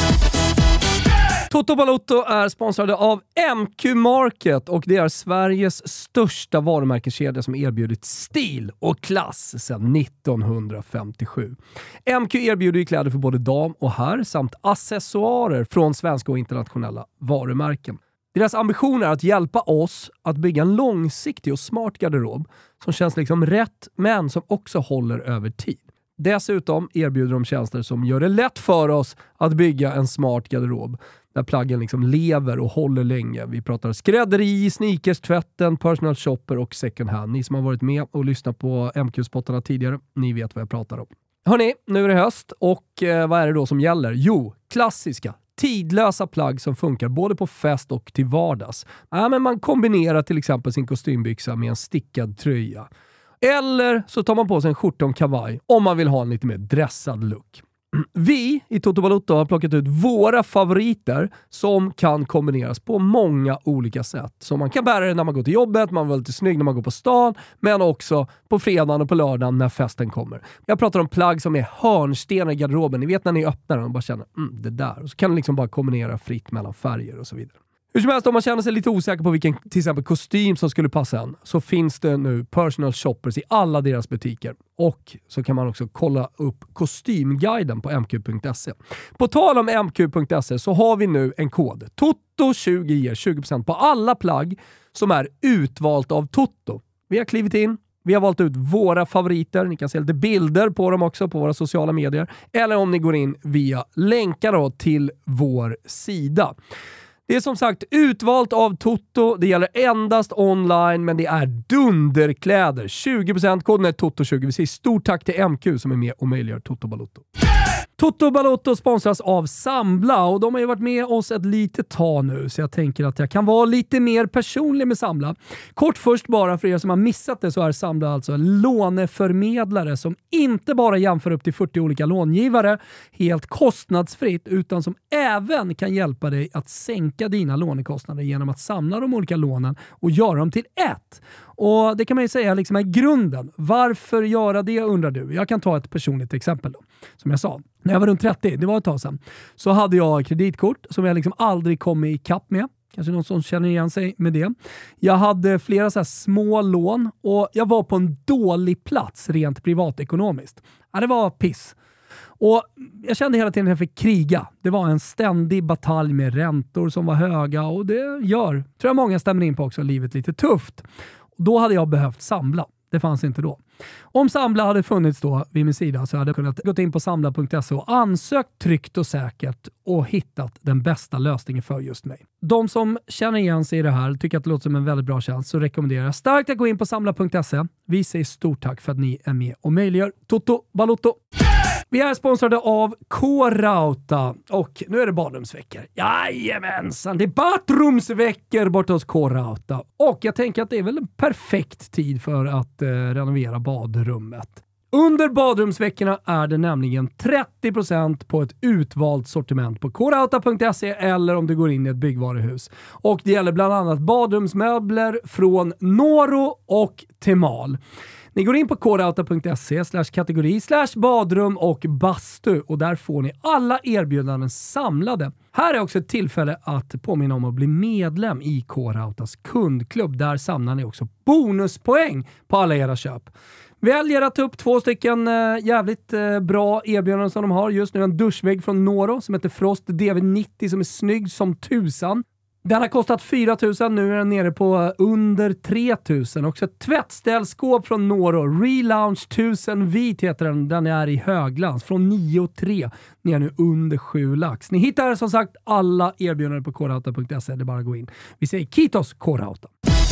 B: Toto Balotto är sponsrade av M Q Market och det är Sveriges största varumärkeskedja som erbjudit stil och klass sedan nittonhundrafemtiosju. M Q erbjuder kläder för både dam och herr samt accessoarer från svenska och internationella varumärken. Deras ambition är att hjälpa oss att bygga en långsiktig och smart garderob som känns liksom rätt men som också håller över tid. Dessutom erbjuder de tjänster som gör det lätt för oss att bygga en smart garderob där plaggen liksom lever och håller länge. Vi pratar skrädderi, sneakers, tvätten, personal shopper och second hand. Ni som har varit med och lyssnat på M Q-spottarna tidigare, ni vet vad jag pratar om. Hörrni, nu är det höst och eh, vad är det då som gäller? Jo, klassiska, tidlösa plagg som funkar både på fest och till vardags. Ja, men man kombinerar till exempel sin kostymbyxa med en stickad tröja. Eller så tar man på sig en skjorta och kavaj om man vill ha en lite mer dressad look. Vi i Toto Balotto har plockat ut våra favoriter som kan kombineras på många olika sätt. Så man kan bära det när man går till jobbet, man vill lite snygg när man går på stan, men också på fredagen och på lördagen när festen kommer. Jag pratar om plagg som är hörnstenar i garderoben. Ni vet när ni öppnar den och bara känner, mm, det där. Och så kan ni liksom bara kombinera fritt mellan färger och så vidare. Hur som helst, om man känner sig lite osäker på vilken till exempel kostym som skulle passa en, så finns det nu personal shoppers i alla deras butiker. Och så kan man också kolla upp kostymguiden på m q punkt se. På tal om m q punkt se så har vi nu en kod. Toto tjugo ger tjugo procent på alla plagg som är utvalt av Toto. Vi har klivit in. Vi har valt ut våra favoriter. Ni kan se lite bilder på dem också på våra sociala medier. Eller om ni går in via länkar då till vår sida. Det är som sagt utvalt av Toto. Det gäller endast online, men det är dunderkläder. tjugo procent, koden är Toto tjugo. Vi säger stort tack till M Q som är med och möjliggör Toto Balotto. Toto Balotto sponsras av Sambla och de har ju varit med oss ett litet tag nu, så jag tänker att jag kan vara lite mer personlig med Sambla. Kort först bara för er som har missat det, så är Sambla alltså en låneförmedlare som inte bara jämför upp till fyrtio olika långivare helt kostnadsfritt, utan som även kan hjälpa dig att sänka dina lånekostnader genom att samla de olika lånen och göra dem till ett. Och det kan man ju säga liksom är grunden. Varför göra det, undrar du? Jag kan ta ett personligt exempel då. Som jag sa, när jag var runt trettio, det var ett tag sedan, så hade jag kreditkort som jag liksom aldrig kom i kapp med. Kanske någon som känner igen sig med det. Jag hade flera så här små lån och jag var på en dålig plats rent privatekonomiskt. Ja, det var piss. Och jag kände hela tiden att jag fick kriga. Det var en ständig batalj med räntor som var höga, och det gör, tror jag många stämmer in på också, livet lite tufft. Då hade jag behövt Sambla. Det fanns inte då. Om Sambla hade funnits då vid min sida, så hade jag kunnat gå in på sambla punkt se och ansökt tryggt och säkert och hittat den bästa lösningen för just mig. De som känner igen sig i det här, tycker att det låter som en väldigt bra tjänst, så rekommenderar jag starkt att gå in på sambla punkt se. Vi säger stort tack för att ni är med och möjliggör Toto Balotto. Vi är sponsrade av K-Rauta och nu är det badrumsveckor. Jajamensan, det är badrumsveckor borta hos K-Rauta. Och jag tänker att det är väl en perfekt tid för att eh, renovera badrummet. Under badrumsveckorna är det nämligen trettio procent på ett utvalt sortiment på k rauta punkt se eller om du går in i ett byggvaruhus. Och det gäller bland annat badrumsmöbler från Noro och Temal. Ni går in på k rauta punkt se slash kategori slash badrum och bastu och där får ni alla erbjudanden samlade. Här är också ett tillfälle att påminna om att bli medlem i K-Rautas kundklubb. Där samlar ni också bonuspoäng på alla era köp. Väljer att ta upp två stycken äh, jävligt äh, bra erbjudanden som de har just nu. En duschvägg från Noro som heter Frost D V nittio som är snygg som tusan. Den har kostat fyra tusen, nu är den nere på under tre tusen. Också ett tvättställskåp från Noro, Relaunch tusen vit heter den, den är i höglans. Från nio och tre ner nu under sju lax. Ni hittar som sagt alla erbjudanden på k rauta punkt se, det är bara att gå in. Vi säger kitos K-Rauta.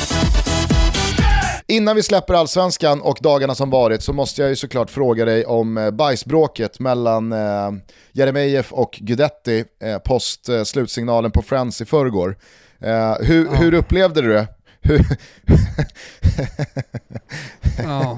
A: Innan vi släpper Allsvenskan och dagarna som varit så måste jag ju såklart fråga dig om eh, bajsbråket mellan eh, Jeremejeff och Guidetti eh, post eh, slutsignalen på Friends i förrgår. Eh, hur, ja. hur upplevde du det? Hur...
B: ja.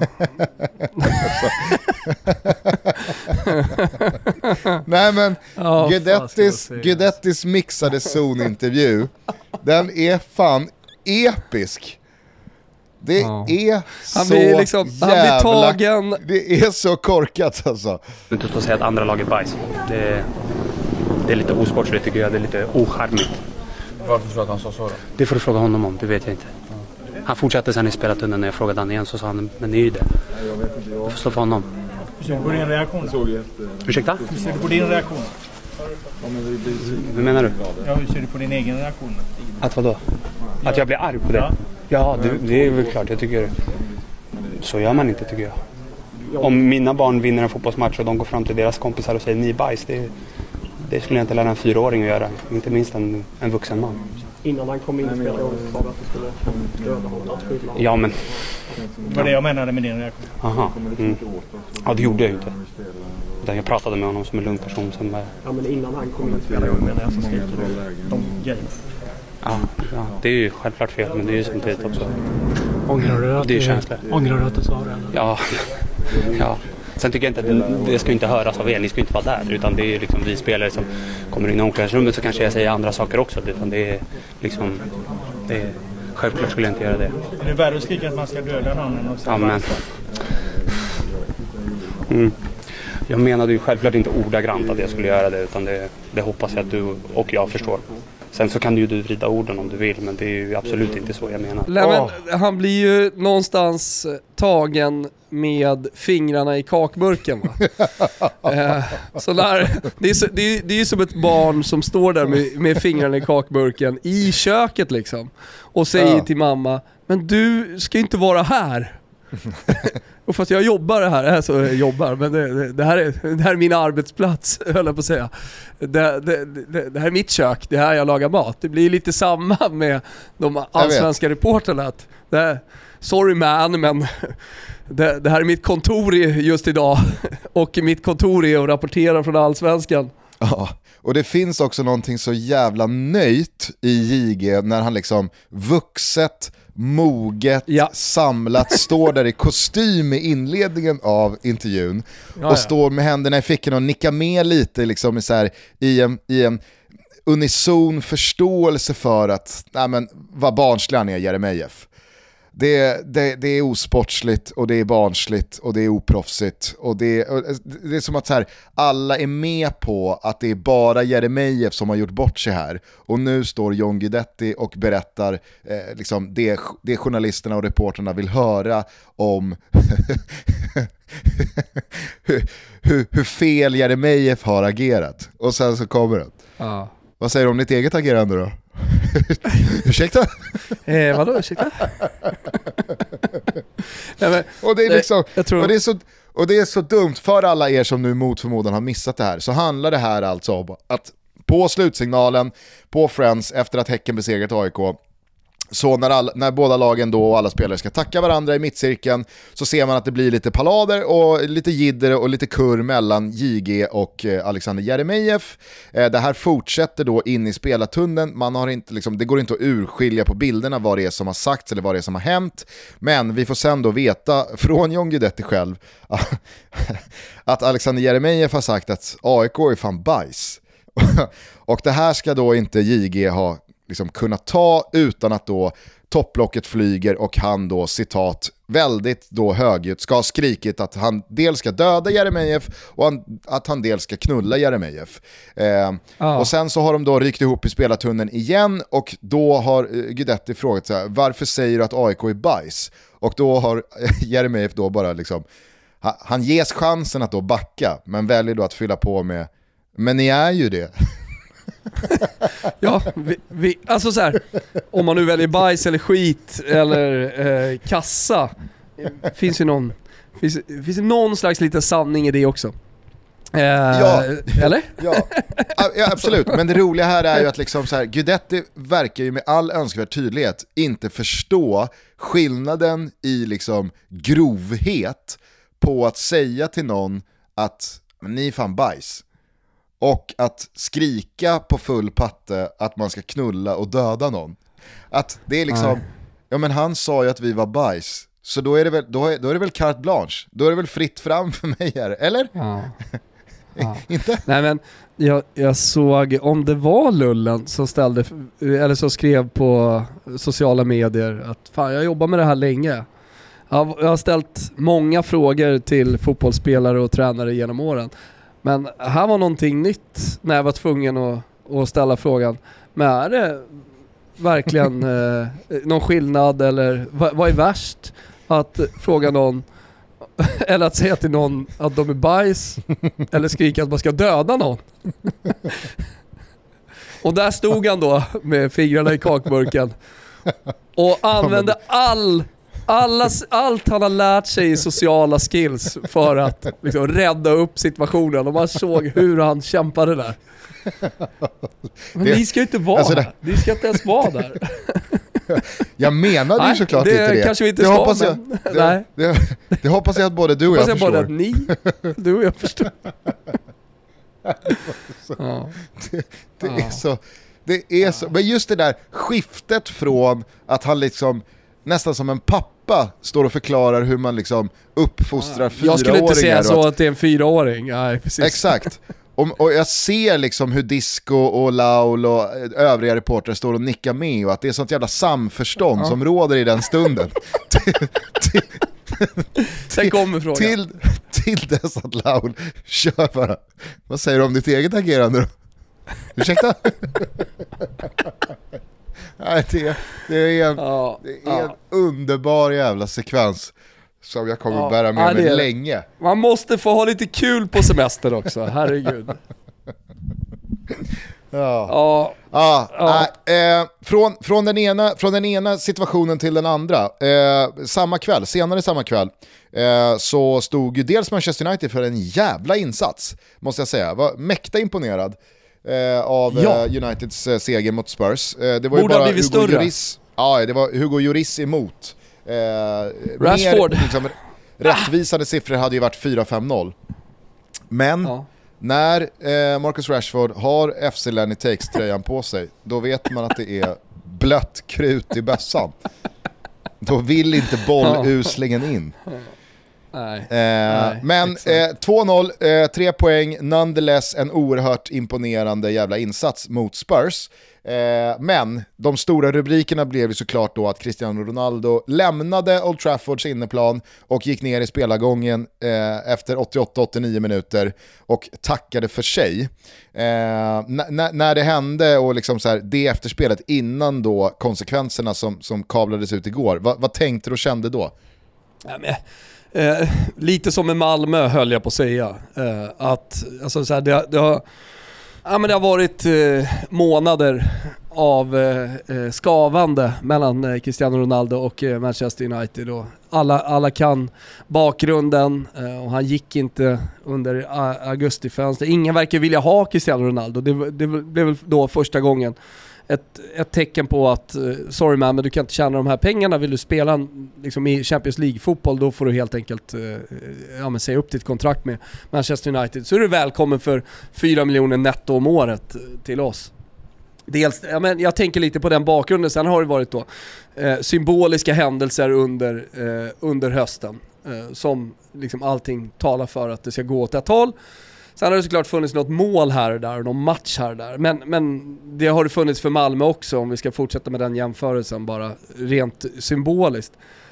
A: Nej men
B: ja,
A: Guidettis, Guidettis mixade zonintervju, den är fan episk. Det ja. är
B: han
A: så
B: blir liksom,
A: jävla...
B: Han blir tagen...
A: Det är så korkat alltså.
C: Inte att säga att andra laget bajs. Det, det är lite osportsligt tycker jag. Det är lite ocharmigt.
D: Varför tror du att han sa så då?
C: Det får du fråga honom om, det vet jag inte. Han fortsatte sen i spelartunneln när jag frågade han igen, så sa han, men det är ju det. Jag vet inte, jag... Du får stå för honom.
D: Hur ser du på din reaktion?
C: Ursäkta?
D: Hur ser du på din reaktion?
C: Hur menar du?
D: Ja, hur ser du på din egen reaktion?
C: Att vadå? Att jag blir arg på det? Ja, ja det, det är väl klart. Jag tycker så gör man inte, tycker jag. Om mina barn vinner en fotbollsmatch och de går fram till deras kompisar och säger ni bajs, det, det skulle jag inte lära en fyraåring att göra. Inte minst en, en vuxen man.
E: Innan han kom in i spelet sa att det skulle döda honom.
C: Ja, men...
D: Det var det jag menade med din reaktion.
C: Aha. Mm. Ja, det gjorde jag inte. Jag pratade med honom som en lugn person som...
E: Ja, men innan han kom in i spelet menar jag så skriker du de grejer.
C: Ja, ja, det är ju självklart fel, men det är ju samtidigt också.
E: Ångrar du att,
C: det är känsligt.
E: Ångrar du att du sa det?
C: Ja, ja. Sen tycker jag inte att det, det ska inte höras av er, ni ska inte vara där. Utan det är liksom vi spelare som kommer in i omklädningsrummet, så kanske jag säger andra saker också. Utan det är liksom, det är, självklart skulle jag inte göra det.
D: Är det värre att skrika att man ska döda någon än att säga
C: ja, men... Mm. Jag menade ju självklart inte ordagrant att jag skulle göra det, utan det, det hoppas jag att du och jag förstår. Sen så kan du ju vrida orden om du vill, men det är ju absolut inte så jag menar.
B: Nej, men han blir ju någonstans tagen med fingrarna i kakburken, va? eh, så där, det, är så, det, är, det är ju som ett barn som står där med, med fingrarna i kakburken i köket liksom och säger ja. till mamma, men du ska inte vara här. Och fast jag jobbar här, alltså jag jobbar, men det, det, det, här är, det här är min arbetsplats, höll jag på att säga. Det, det, det, det här är mitt kök, det här jag lagar mat. Det blir lite samma med de allsvenska reporterna. Att det här, sorry man, men det, det här är mitt kontor just idag. Och mitt kontor är att rapportera från allsvenskan.
A: Ja, och det finns också någonting så jävla nöjt i J G när han liksom vuxet, moget, ja. samlat, står där i kostym i inledningen av intervjun ja, och ja. står med händerna i fickorna och nickar med lite liksom i, så här, i, en, i en unison förståelse för att nej men, vad barnslig han är, Jeremejeff. Det, det, det är osportsligt och det är barnsligt och det är oproffsigt och det, och det är som att så här, alla är med på att det är bara Jeremejeff som har gjort bort sig här och nu står John Guidetti och berättar eh, liksom det, det journalisterna och reporterna vill höra om hur, hur, hur fel Jeremejeff har agerat och sen så kommer det. Ja. Vad säger du om ditt eget agerande då? Ursäkta?
B: Eh, vadå, ursäkta?
A: Nej, men, och, det är liksom, jag tror... och, det är så, och det är så dumt för alla er som nu mot förmodan har missat det här. Så handlar det här alltså om att på slutsignalen på Friends efter att Häcken besegrat A I K, så när, all, när båda lagen då och alla spelare ska tacka varandra i mittcirkeln så ser man att det blir lite palader och lite jidder och lite kurr mellan J G och eh, Alexander Jeremejeff. Eh, det här fortsätter då in i spelartunneln. Man har inte, liksom, det går inte att urskilja på bilderna vad det är som har sagts eller vad det är som har hänt. Men vi får sen då veta från John Guidetti själv att Alexander Jeremejeff har sagt att A I K är fan bajs. Och det här ska då inte J G ha liksom kunna ta utan att då topplocket flyger och han då, citat, väldigt då högljutt ska ha skrikit att han dels ska döda Jeremejeff och han, att han dels ska knulla Jeremejeff. Eh, ah. Och sen så har de då ryckt ihop i spelartunneln igen och då har eh, Guidetti frågat så här, varför säger du att A I K är bajs? Och då har eh, Jeremejeff då bara liksom, ha, han ges chansen att då backa men väljer då att fylla på med, men ni är ju det.
B: Ja, vi, vi, alltså så här, om man nu väljer bajs eller skit eller eh, kassa, finns ju någon finns, finns det någon slags liten sanning i det också. Eh,
A: ja,
B: eller?
A: Ja, ja, absolut. Men det roliga här är ju att liksom så här, Guidetti verkar ju med all önskvärd tydlighet inte förstå skillnaden i liksom grovhet på att säga till någon att ni är fan bajs. Och att skrika på full patte att man ska knulla och döda någon. Att det är liksom, Nej. ja men han sa ju att vi var bajs. Så då är det väl, då är, då är det väl carte blanche. Då är det väl fritt fram för mig här, eller?
B: Ja. Ja.
A: Inte?
B: Nej men, jag, jag såg om det var Lullen som ställde, eller som skrev på sociala medier att fan jag jobbar med det här länge. Jag, jag har ställt många frågor till fotbollsspelare och tränare genom åren. Men här var någonting nytt när jag var tvungen att, att ställa frågan. Men är det verkligen eh, någon skillnad eller vad, vad är värst? Att fråga någon eller att säga till någon att de är bajs eller skrika att man ska döda någon. Och där stod han då med fingrarna i kakburken och använde all Alla, allt han har lärt sig i sociala skills för att liksom rädda upp situationen och man såg hur han kämpade där. Men det, ni ska ju inte vara alltså det, ni ska inte ens vara där.
A: Jag menade ju
B: nej,
A: såklart
B: det
A: inte det.
B: Kanske vi inte
A: det
B: ska,
A: hoppas jag,
B: men,
A: det,
B: nej.
A: Det, det, det hoppas jag att både du och jag, jag förstår.
B: Både att ni, du och jag förstår.
A: Ja. Det, det ja. är så det är ja. så men just det där skiftet från att han liksom nästan som en pappa står och förklarar hur man liksom uppfostrar ja. fyraåringar.
B: Jag skulle inte säga så att,
A: att
B: det är en fyraåring. Nej, precis.
A: Exakt. Och, och jag ser liksom hur Disco och Laul och övriga reportrar står och nickar med och att det är sånt jävla samförstånd ja. som råder i den stunden.
B: Sen kommer frågan.
A: Till, till dess att Laul kör bara. Vad säger du om ditt eget agerande då? Ursäkta? Nej, det, det är en,
B: Ja,
A: det är
B: ja.
A: en underbar jävla sekvens som jag kommer
B: Ja,
A: bära med
B: ja, det
A: mig
B: är det.
A: länge.
B: Man måste få ha lite kul på semester också, herregud.
A: Ja.
B: Ja,
A: Ah,
B: Ja.
A: äh, eh, från, från, den ena, från den ena situationen till den andra. Eh, samma kväll, senare samma kväll, eh, så stod ju dels Manchester United för en jävla insats, måste jag säga. Var mäkta imponerad eh, av
B: Ja.
A: eh, Uniteds eh, seger mot Spurs. Eh, det var ju
B: Borde ha
A: bara
B: blivit
A: Hugo
B: större.
A: Lloris, ja, det var Hugo Lloris emot. Eh,
B: Rashford.
A: Mer, liksom, rättvisande siffror hade ju varit fyra fem noll. Men
B: ja.
A: när eh, Marcus Rashford har F C Lenny Takes-tröjan på sig, då vet man att det är blött krut i bössan. Då vill inte bolluslingen in.
B: Nej.
A: Eh,
B: Nej,
A: men eh, två noll, eh, tre poäng, nonetheless en oerhört imponerande jävla insats mot Spurs. Eh, men de stora rubrikerna blev ju såklart då att Cristiano Ronaldo lämnade Old Traffords inneplan och gick ner i spelargången eh, efter åttioåtta åttionio minuter och tackade för sig. Eh, n- n- när det hände och liksom så här, det efterspelet innan då konsekvenserna som, som kablades ut igår, va, vad tänkte du och kände då?
B: Ja, men, eh, lite som med Malmö höll jag på att säga. Eh, att, alltså, så här, det, det, har, ja, men det har varit eh, månader av eh, skavande mellan eh, Cristiano Ronaldo och eh, Manchester United. Och alla, alla kan bakgrunden eh, och han gick inte under a- augustifönster. Ingen verkar vilja ha Cristiano Ronaldo. Det, det blev väl då första gången Ett, ett tecken på att uh, sorry man, men du kan inte tjäna de här pengarna. Vill du spela liksom, i Champions League-fotboll, då får du helt enkelt uh, ja, men, säga upp ditt kontrakt med Manchester United. Så är du välkommen för fyra miljoner netto om året uh, till oss. Dels, ja, men jag tänker lite på den bakgrunden. Sen har det varit då uh, symboliska händelser under, uh, under hösten uh, som liksom allting talar för att det ska gå åt ett håll. Sen har det såklart funnits något mål här och där och någon match här och där. Men, men det har det funnits för Malmö också, om vi ska fortsätta med den jämförelsen, bara rent symboliskt.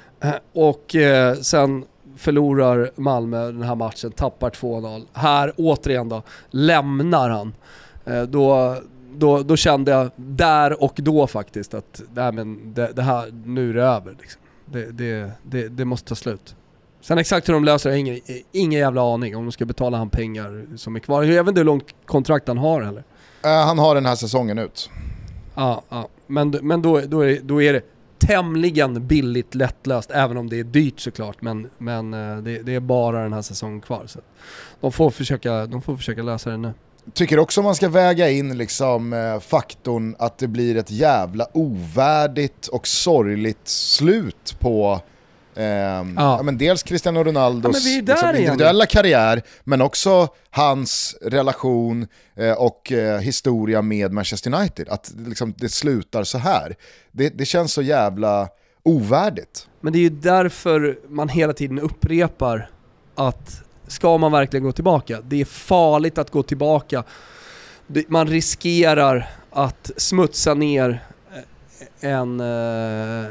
B: Och eh, sen förlorar Malmö den här matchen, tappar två noll. Här återigen då, lämnar han. Eh, då, då, då kände jag där och då faktiskt att nej, men det, det här, nu är det över. Liksom. Det, det, det, det måste ta slut. Sen exakt hur de löser det, ingen, ingen jävla aning om de ska betala han pengar som är kvar. Jag vet inte hur långt kontrakt han har heller.
A: Uh, han har den här säsongen ut.
B: Ja, ja. Men, men då, då, är, då är det tämligen billigt lättlöst, även om det är dyrt såklart. Men, men det, det är bara den här säsongen kvar. Så de, får försöka, de får försöka lösa det nu.
A: Tycker också man ska väga in liksom, eh, faktorn att det blir ett jävla ovärdigt och sorgligt slut på eh, ja. Ja, men dels Cristiano Ronaldos
B: ja,
A: liksom, individuella karriär, men också hans relation eh, och eh, historia med Manchester United. Att liksom, det slutar så här. Det, det känns så jävla ovärdigt.
B: Men det är ju därför man hela tiden upprepar att ska man verkligen gå tillbaka? Det är farligt att gå tillbaka. Man riskerar att smutsa ner en eh,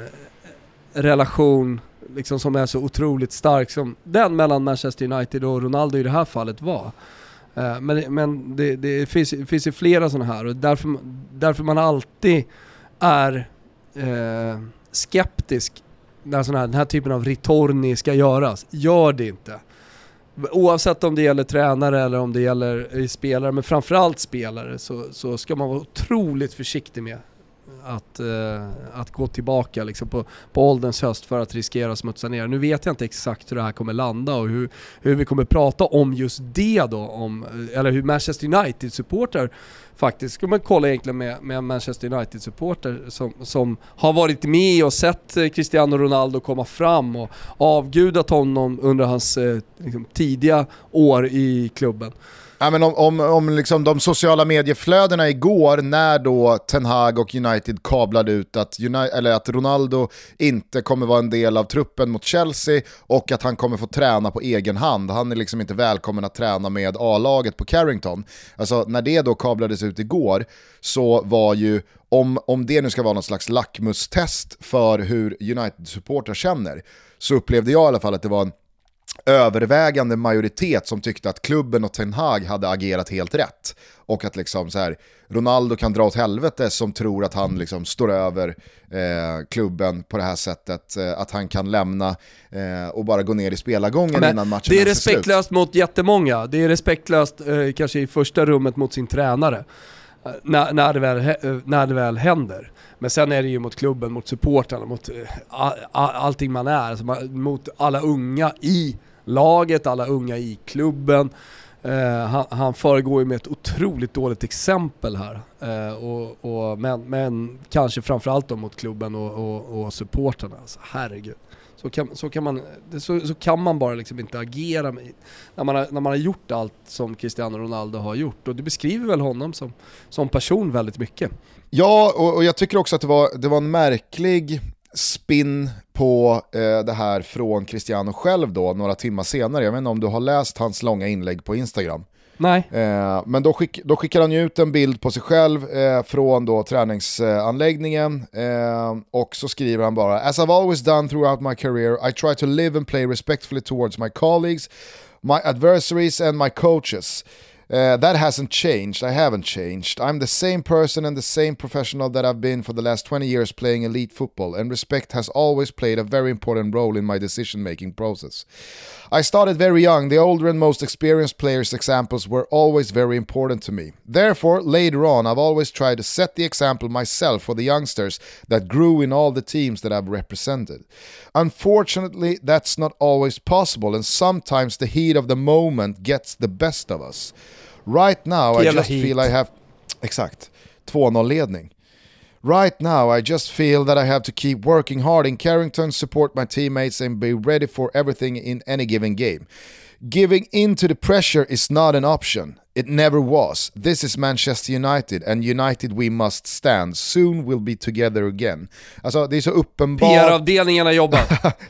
B: relation liksom som är så otroligt stark som den mellan Manchester United och Ronaldo i det här fallet var. Eh, men men det, det finns, det finns ju flera sådana här, och därför, därför man alltid är eh, skeptisk när sån här, den här typen av ritorni ska göras. Gör det inte. Oavsett om det gäller tränare eller om det gäller spelare, men framförallt spelare, så, så ska man vara otroligt försiktig med att, uh, att gå tillbaka liksom på, på ålderns höst för att riskera att smutsa ner. Nu vet jag inte exakt hur det här kommer landa och hur, hur vi kommer prata om just det då, om, eller hur Manchester United-supporter faktiskt, ska man kolla egentligen med, med Manchester United-supporter som, som har varit med och sett Cristiano Ronaldo komma fram och avgudat honom under hans eh, liksom, tidiga år i klubben.
A: Ja, men om om, om liksom de sociala medieflödena igår, när då Ten Hag och United kablade ut att, United, eller att Ronaldo inte kommer vara en del av truppen mot Chelsea och att han kommer få träna på egen hand. Han är liksom inte välkommen att träna med A-laget på Carrington. Alltså när det då kablades ut igår, så var ju, om, om det nu ska vara någon slags lackmustest för hur United-supportrar känner, så upplevde jag i alla fall att det var en övervägande majoritet som tyckte att klubben och Ten Hag hade agerat helt rätt. och att liksom så här, Ronaldo kan dra åt helvete som tror att han liksom står över eh, klubben på det här sättet, eh, att han kan lämna eh, och bara gå ner i spelargången
B: Men
A: innan matchen
B: det är
A: är slut.
B: respektlöst mot jättemånga. Det är respektlöst eh, kanske i första rummet mot sin tränare eh, när, när, det väl, eh, när det väl händer. Men sen är det ju mot klubben, mot supportarna, mot eh, all, allting man är, alltså man, mot alla unga i laget, alla unga i klubben. Uh, han, han föregår ju med ett otroligt dåligt exempel här. Uh, och, och, men, men kanske framförallt då mot klubben och, och, och supporterna. Alltså, herregud. Så kan, så, kan man, så, så kan man bara liksom inte agera med, när, man har, när man har gjort allt som Cristiano Ronaldo har gjort. Och det beskriver väl honom som, som person väldigt mycket.
A: Ja, och, och jag tycker också att det var, det var en märklig spin på eh, det här från Cristiano själv då, några timmar senare. Jag vet inte om du har läst hans långa inlägg på Instagram.
B: Nej.
A: Eh, men då, skick, då skickar han ju ut en bild på sig själv eh, från då träningsanläggningen eh, och så skriver han bara: As I've always done throughout my career, I try to live and play respectfully towards my colleagues, my adversaries and my coaches. Uh, that hasn't changed. I haven't changed. I'm the same person and the same professional that I've been for the last twenty years playing elite football, and respect has always played a very important role in my decision-making process. I started very young. The older and most experienced players' examples were always very important to me. Therefore, later on, I've always tried to set the example myself for the youngsters that grew in all the teams that I've represented. Unfortunately, that's not always possible, and sometimes the heat of the moment gets the best of us. Right now, I just feel I have... Exakt. två noll-ledning. Right now, I just feel that I have to keep working hard in Carrington, support my teammates, and be ready for everything in any given game. Giving in to the pressure is not an option. It never was. This is Manchester United, and United we must stand. Soon we'll be together again. Alltså, det är så uppenbart...
B: P R-avdelningen har jobbat.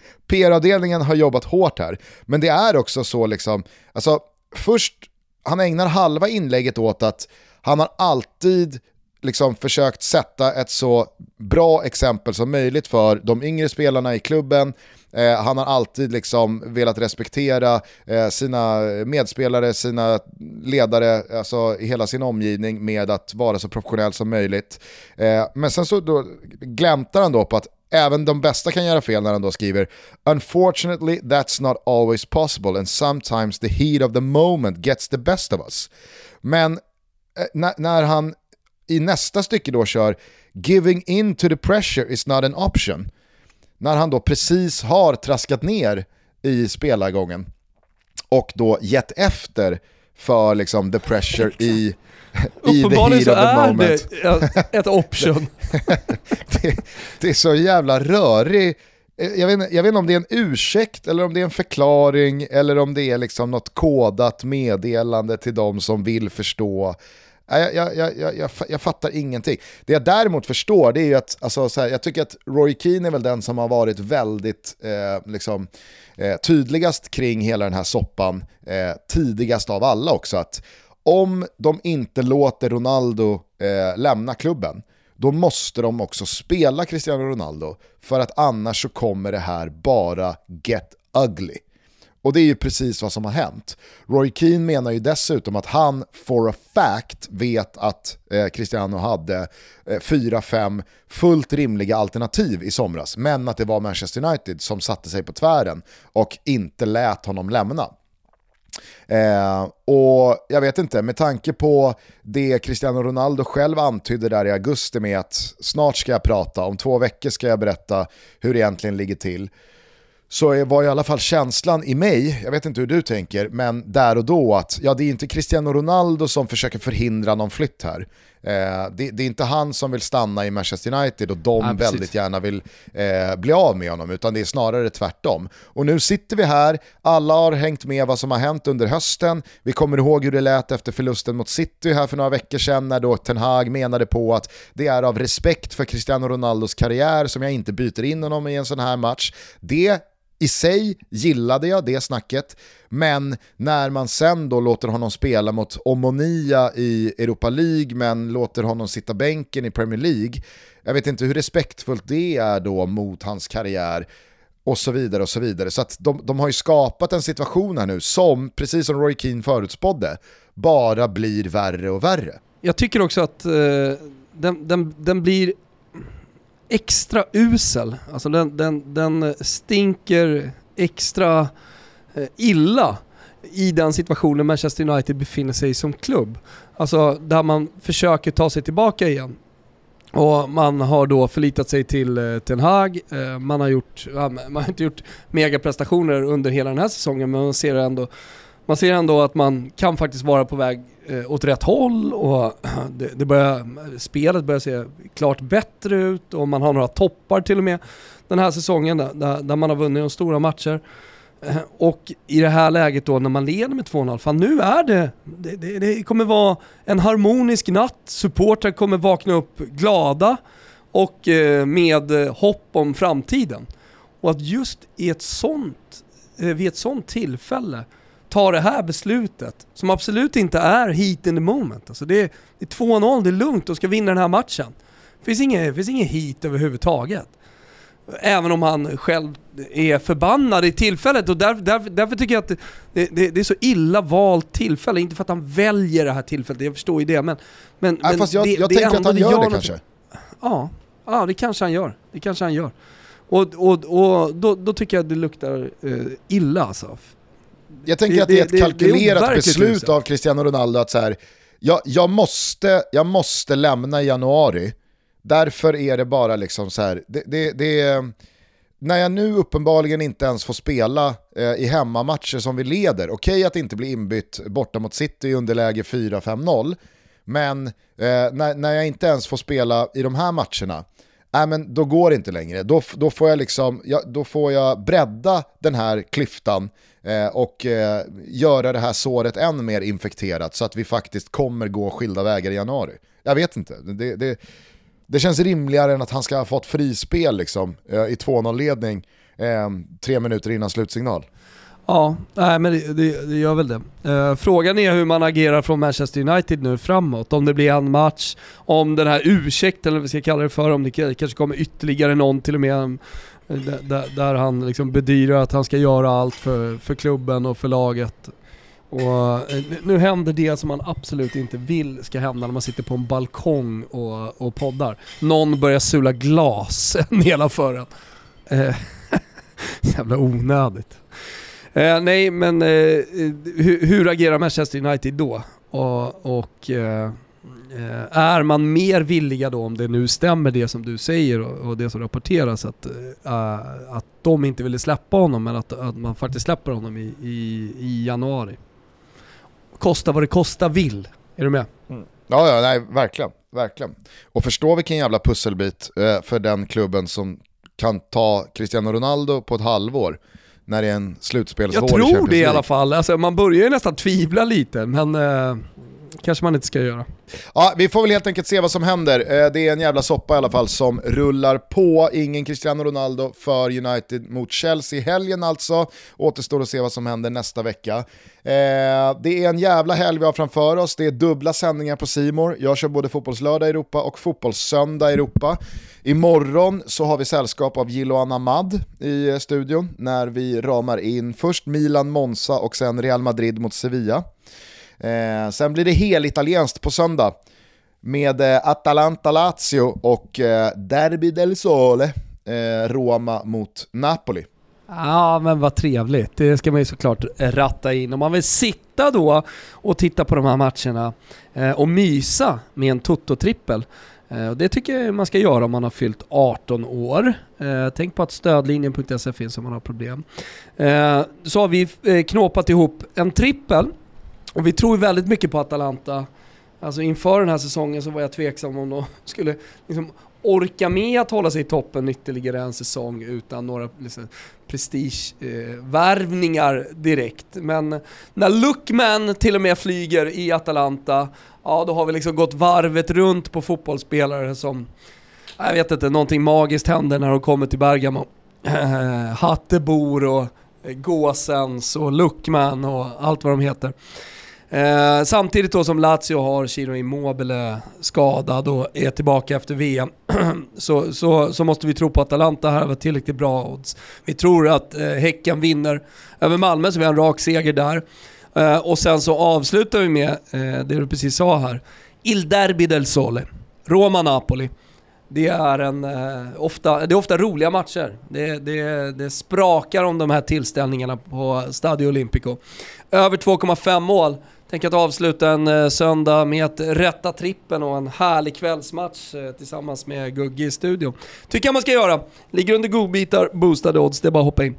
A: P R-avdelningen har jobbat hårt här. Men det är också så liksom... Alltså, först... Han ägnar halva inlägget åt att han har alltid liksom försökt sätta ett så bra exempel som möjligt för de yngre spelarna i klubben. Eh, han har alltid liksom velat respektera eh, sina medspelare, sina ledare, alltså hela sin omgivning med att vara så professionell som möjligt. Eh, men sen så då gläntar han då på att även de bästa kan göra fel när han då skriver: Unfortunately, that's not always possible and sometimes the heat of the moment gets the best of us. Men eh, när, när han i nästa stycke då kör Giving in to the pressure is not an option, när han då precis har traskat ner i spelargången och då gett efter för liksom the pressure i i the heat of the moment.
B: Det ett option.
A: det, det är så jävla rörig. Jag vet, jag vet inte om det är en ursäkt eller om det är en förklaring eller om det är liksom något kodat meddelande till de som vill förstå. Jag, jag, jag, jag, jag fattar ingenting. Det jag däremot förstår, det är ju att alltså, så här, jag tycker att Roy Keane är väl den som har varit väldigt eh, liksom, eh, tydligast kring hela den här soppan, eh, tidigast av alla också, att om de inte låter Ronaldo eh, lämna klubben, då måste de också spela Cristiano Ronaldo, för att annars så kommer det här bara get ugly. Och det är ju precis vad som har hänt. Roy Keane menar ju dessutom att han for a fact vet att eh, Cristiano hade eh, fyra, fem fullt rimliga alternativ i somras, men att det var Manchester United som satte sig på tvären och inte lät honom lämna. Eh, och jag vet inte, med tanke på det Cristiano Ronaldo själv antydde där i augusti med att snart ska jag prata, om två veckor ska jag berätta hur det egentligen ligger till, så var i alla fall känslan i mig, jag vet inte hur du tänker, men där och då att ja, det är inte Cristiano Ronaldo som försöker förhindra någon flytt här. Eh, det, det är inte han som vill stanna i Manchester United och de ja, väldigt gärna vill eh, bli av med honom, utan det är snarare tvärtom. Och nu sitter vi här, alla har hängt med vad som har hänt under hösten. Vi kommer ihåg hur det lät efter förlusten mot City här för några veckor sedan, när då Ten Hag menade på att det är av respekt för Cristiano Ronaldos karriär som jag inte byter in honom i en sån här match. Det i sig gillade jag det snacket, men när man sen då låter honom spela mot Omonia i Europa League men låter honom sitta bänken i Premier League, jag vet inte hur respektfullt det är då mot hans karriär. och så vidare och så vidare. Så att de, de har ju skapat en situation här nu som, precis som Roy Keane förutspådde, bara blir värre och värre.
B: Jag tycker också att eh, den, den, den blir extra usel. Alltså den, den, den stinker extra eh, illa i den situationen Manchester United befinner sig som klubb. Alltså där man försöker ta sig tillbaka igen. Och man har då förlitat sig till eh, Ten Hag. Eh, man har gjort, ja, man har inte gjort megaprestationer under hela den här säsongen, men man ser ändå, man ser ändå att man kan faktiskt vara på väg eh, åt rätt håll, och det, det börjar, spelet börjar se klart bättre ut, och man har några toppar till och med den här säsongen där, där man har vunnit de stora matcher. Och i det här läget då när man leder med två noll, fan nu är det, det, det, det kommer vara en harmonisk natt, supportrar kommer vakna upp glada och eh, med hopp om framtiden. Och att just i ett sånt, eh, vid ett sånt tillfälle ta det här beslutet som absolut inte är heat in the moment. Alltså det, är, det är två noll, det är lugnt, och ska vinna den här matchen. Det finns inget, det finns inget heat överhuvudtaget. Även om han själv är förbannad i tillfället, och där, där, därför tycker jag att det, det, det är så illa valt tillfälle, inte för att han väljer det här tillfället, jag förstår ju det, men, men,
A: Nej,
B: men
A: fast jag,
B: det,
A: jag
B: det
A: tänker att han gör, gör det kanske.
B: Ja, ja, det kanske han gör. Det kanske han gör. Och, och, och då, då tycker jag att det luktar eh, illa alltså.
A: Jag tänker
B: det,
A: att det är ett
B: det,
A: kalkylerat
B: det är beslut
A: uselt av Cristiano Ronaldo att så här, jag, jag, måste, jag måste lämna i januari. Därför är det bara liksom så här, det, det, det, när jag nu uppenbarligen inte ens får spela eh, i hemmamatcher som vi leder, okej okay att inte bli inbytt borta mot City i underläge fyra fem noll, men eh, när, när jag inte ens får spela i de här matcherna, äh, men då går det inte längre. Då, då, får jag liksom, ja, då får jag bredda den här klyftan eh, och eh, göra det här såret än mer infekterat, så att vi faktiskt kommer gå skilda vägar i januari. Jag vet inte, det, det Det känns rimligare än att han ska ha fått frispel liksom, eh, i två noll-ledning eh, tre minuter innan slutsignal.
B: Ja, nej, men det, det, det gör väl det. Uh, frågan är hur man agerar från Manchester United nu framåt. Om det blir en match, om den här ursäkten, eller vad vi ska kalla det för, om det kanske kommer ytterligare någon till och med um, där, där han liksom bedyrar att han ska göra allt för, för klubben och för laget. Och nu händer det som man absolut inte vill ska hända när man sitter på en balkong och, och poddar. Någon börjar sula glas nedanför en. Eh, jävla onödigt. Eh, nej, men eh, hur, hur agerar Manchester United då? Och, och eh, är man mer villiga då, om det nu stämmer det som du säger och, och det som rapporteras, att, äh, att de inte ville släppa honom, men att, att man faktiskt släpper honom i, i, i januari? Kosta vad det kosta vill. Är du med?
A: Mm. Ja, ja, nej, verkligen, verkligen. Och förstå vilken jävla pusselbit eh, för den klubben som kan ta Cristiano Ronaldo på ett halvår när det är en slutspelsvår.
B: Jag tror det i alla fall. Alltså, man börjar ju nästan tvivla lite, men eh, kanske man inte ska göra.
A: Ja, vi får väl helt enkelt se vad som händer. Eh, det är en jävla soppa i alla fall som rullar på. Ingen Cristiano Ronaldo för United mot Chelsea i helgen alltså. Återstår att se vad som händer nästa vecka. Eh, det är en jävla helg vi har framför oss. Det är dubbla sändningar på C More. Jag kör både fotbollslördag i Europa och fotbollssöndag i Europa. Imorgon så har vi sällskap av Gillo Ahmad i studion när vi ramar in först Milan Monza och sen Real Madrid mot Sevilla. Eh, sen blir det helt italienskt på söndag med eh, Atalanta Lazio och eh, Derby del Sole, eh, Roma mot Napoli.
B: Ja, men vad trevligt. Det ska man ju såklart ratta in. Om man vill sitta då och titta på de här matcherna eh, och mysa med en Toto-trippel. Eh, det tycker jag man ska göra om man har fyllt arton år. Eh, tänk på att stödlinjen punkt se finns om man har problem. Eh, så har vi eh, knåpat ihop en trippel. Och vi tror väldigt mycket på Atalanta. Alltså inför den här säsongen så var jag tveksam om de skulle liksom orka med att hålla sig i toppen ytterligare en säsong utan några liksom, prestigevärvningar eh, direkt. Men när Lookman till och med flyger i Atalanta, ja då har vi liksom gått varvet runt på fotbollsspelare som, jag vet inte, någonting magiskt händer när de kommer till Bergamo. Hattebor och Gåsens och Lookman och allt vad de heter. Eh, samtidigt då som Lazio har Ciro Immobile skadad och är tillbaka efter V M så, så, så måste vi tro på Atalanta här var tillräckligt bra odds. Vi tror att eh, Häcken vinner över Malmö, så vi har en rak seger där. Eh, och sen så avslutar vi med eh, det du precis sa här. Il Derby del Sole, Roma-Napoli. Det är, en, eh, ofta, det är ofta roliga matcher. Det, det, det sprakar om de här tillställningarna på Stadio Olimpico. Över två komma fem mål. Tänk att avsluta en eh, söndag med att rätta trippen och en härlig kvällsmatch eh, tillsammans med Gugge i studion. Tycker jag man ska göra. Ligger under godbitar, boostade odds, det är bara att hoppa in.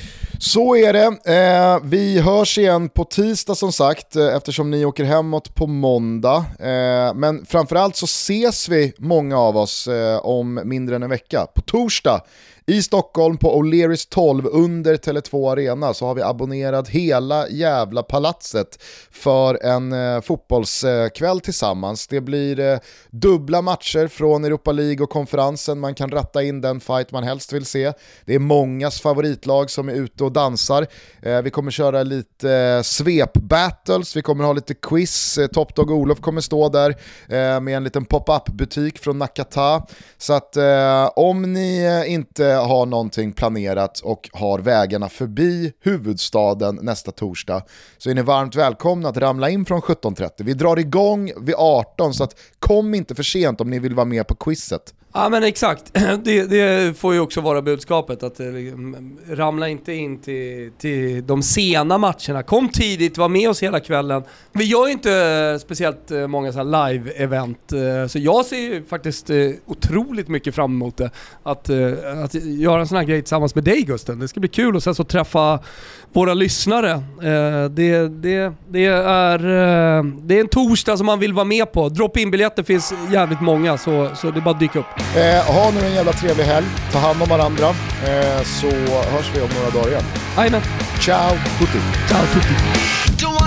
A: Så är det. Eh, vi hörs igen på tisdag som sagt, eh, eftersom ni åker hemåt på måndag. Eh, men framförallt så ses vi många av oss eh, om mindre än en vecka. På torsdag i Stockholm på O'Learys tolv under Tele två Arena så har vi abonnerat hela jävla palatset för en eh, fotbollskväll tillsammans. Det blir eh, dubbla matcher från Europa League och konferensen. Man kan ratta in den fight man helst vill se. Det är mångas favoritlag som är ute och dansar. Eh, vi kommer köra lite eh, svep-battles. Vi kommer ha lite quiz. Eh, Top Dog Olof kommer stå där eh, med en liten pop-up-butik från Nakata. Så att eh, om ni eh, inte har någonting planerat och har vägarna förbi huvudstaden nästa torsdag så är ni varmt välkomna att ramla in från sjutton trettio. Vi drar igång vid arton, så att kom inte för sent om ni vill vara med på quizet.
B: Ja men exakt, det, det får ju också vara budskapet att eh, ramla inte in till, till de sena matcherna. Kom tidigt, var med oss hela kvällen. Vi gör ju inte speciellt många så här live-event, så jag ser ju faktiskt otroligt mycket fram emot det. Att, att göra en sån här grej tillsammans med dig, Gusten. Det ska bli kul och sen så träffa våra lyssnare. Det, det, det, är, det är en torsdag som man vill vara med på. Drop-in-biljetter finns jävligt många, så, så det är bara att dyka upp.
A: Eh, ha nu en jävla trevlig helg. Ta hand om varandra. Eh, så hörs vi om några dagar igen.
B: Amen.
A: Ciao tutti.
B: Ciao tutti.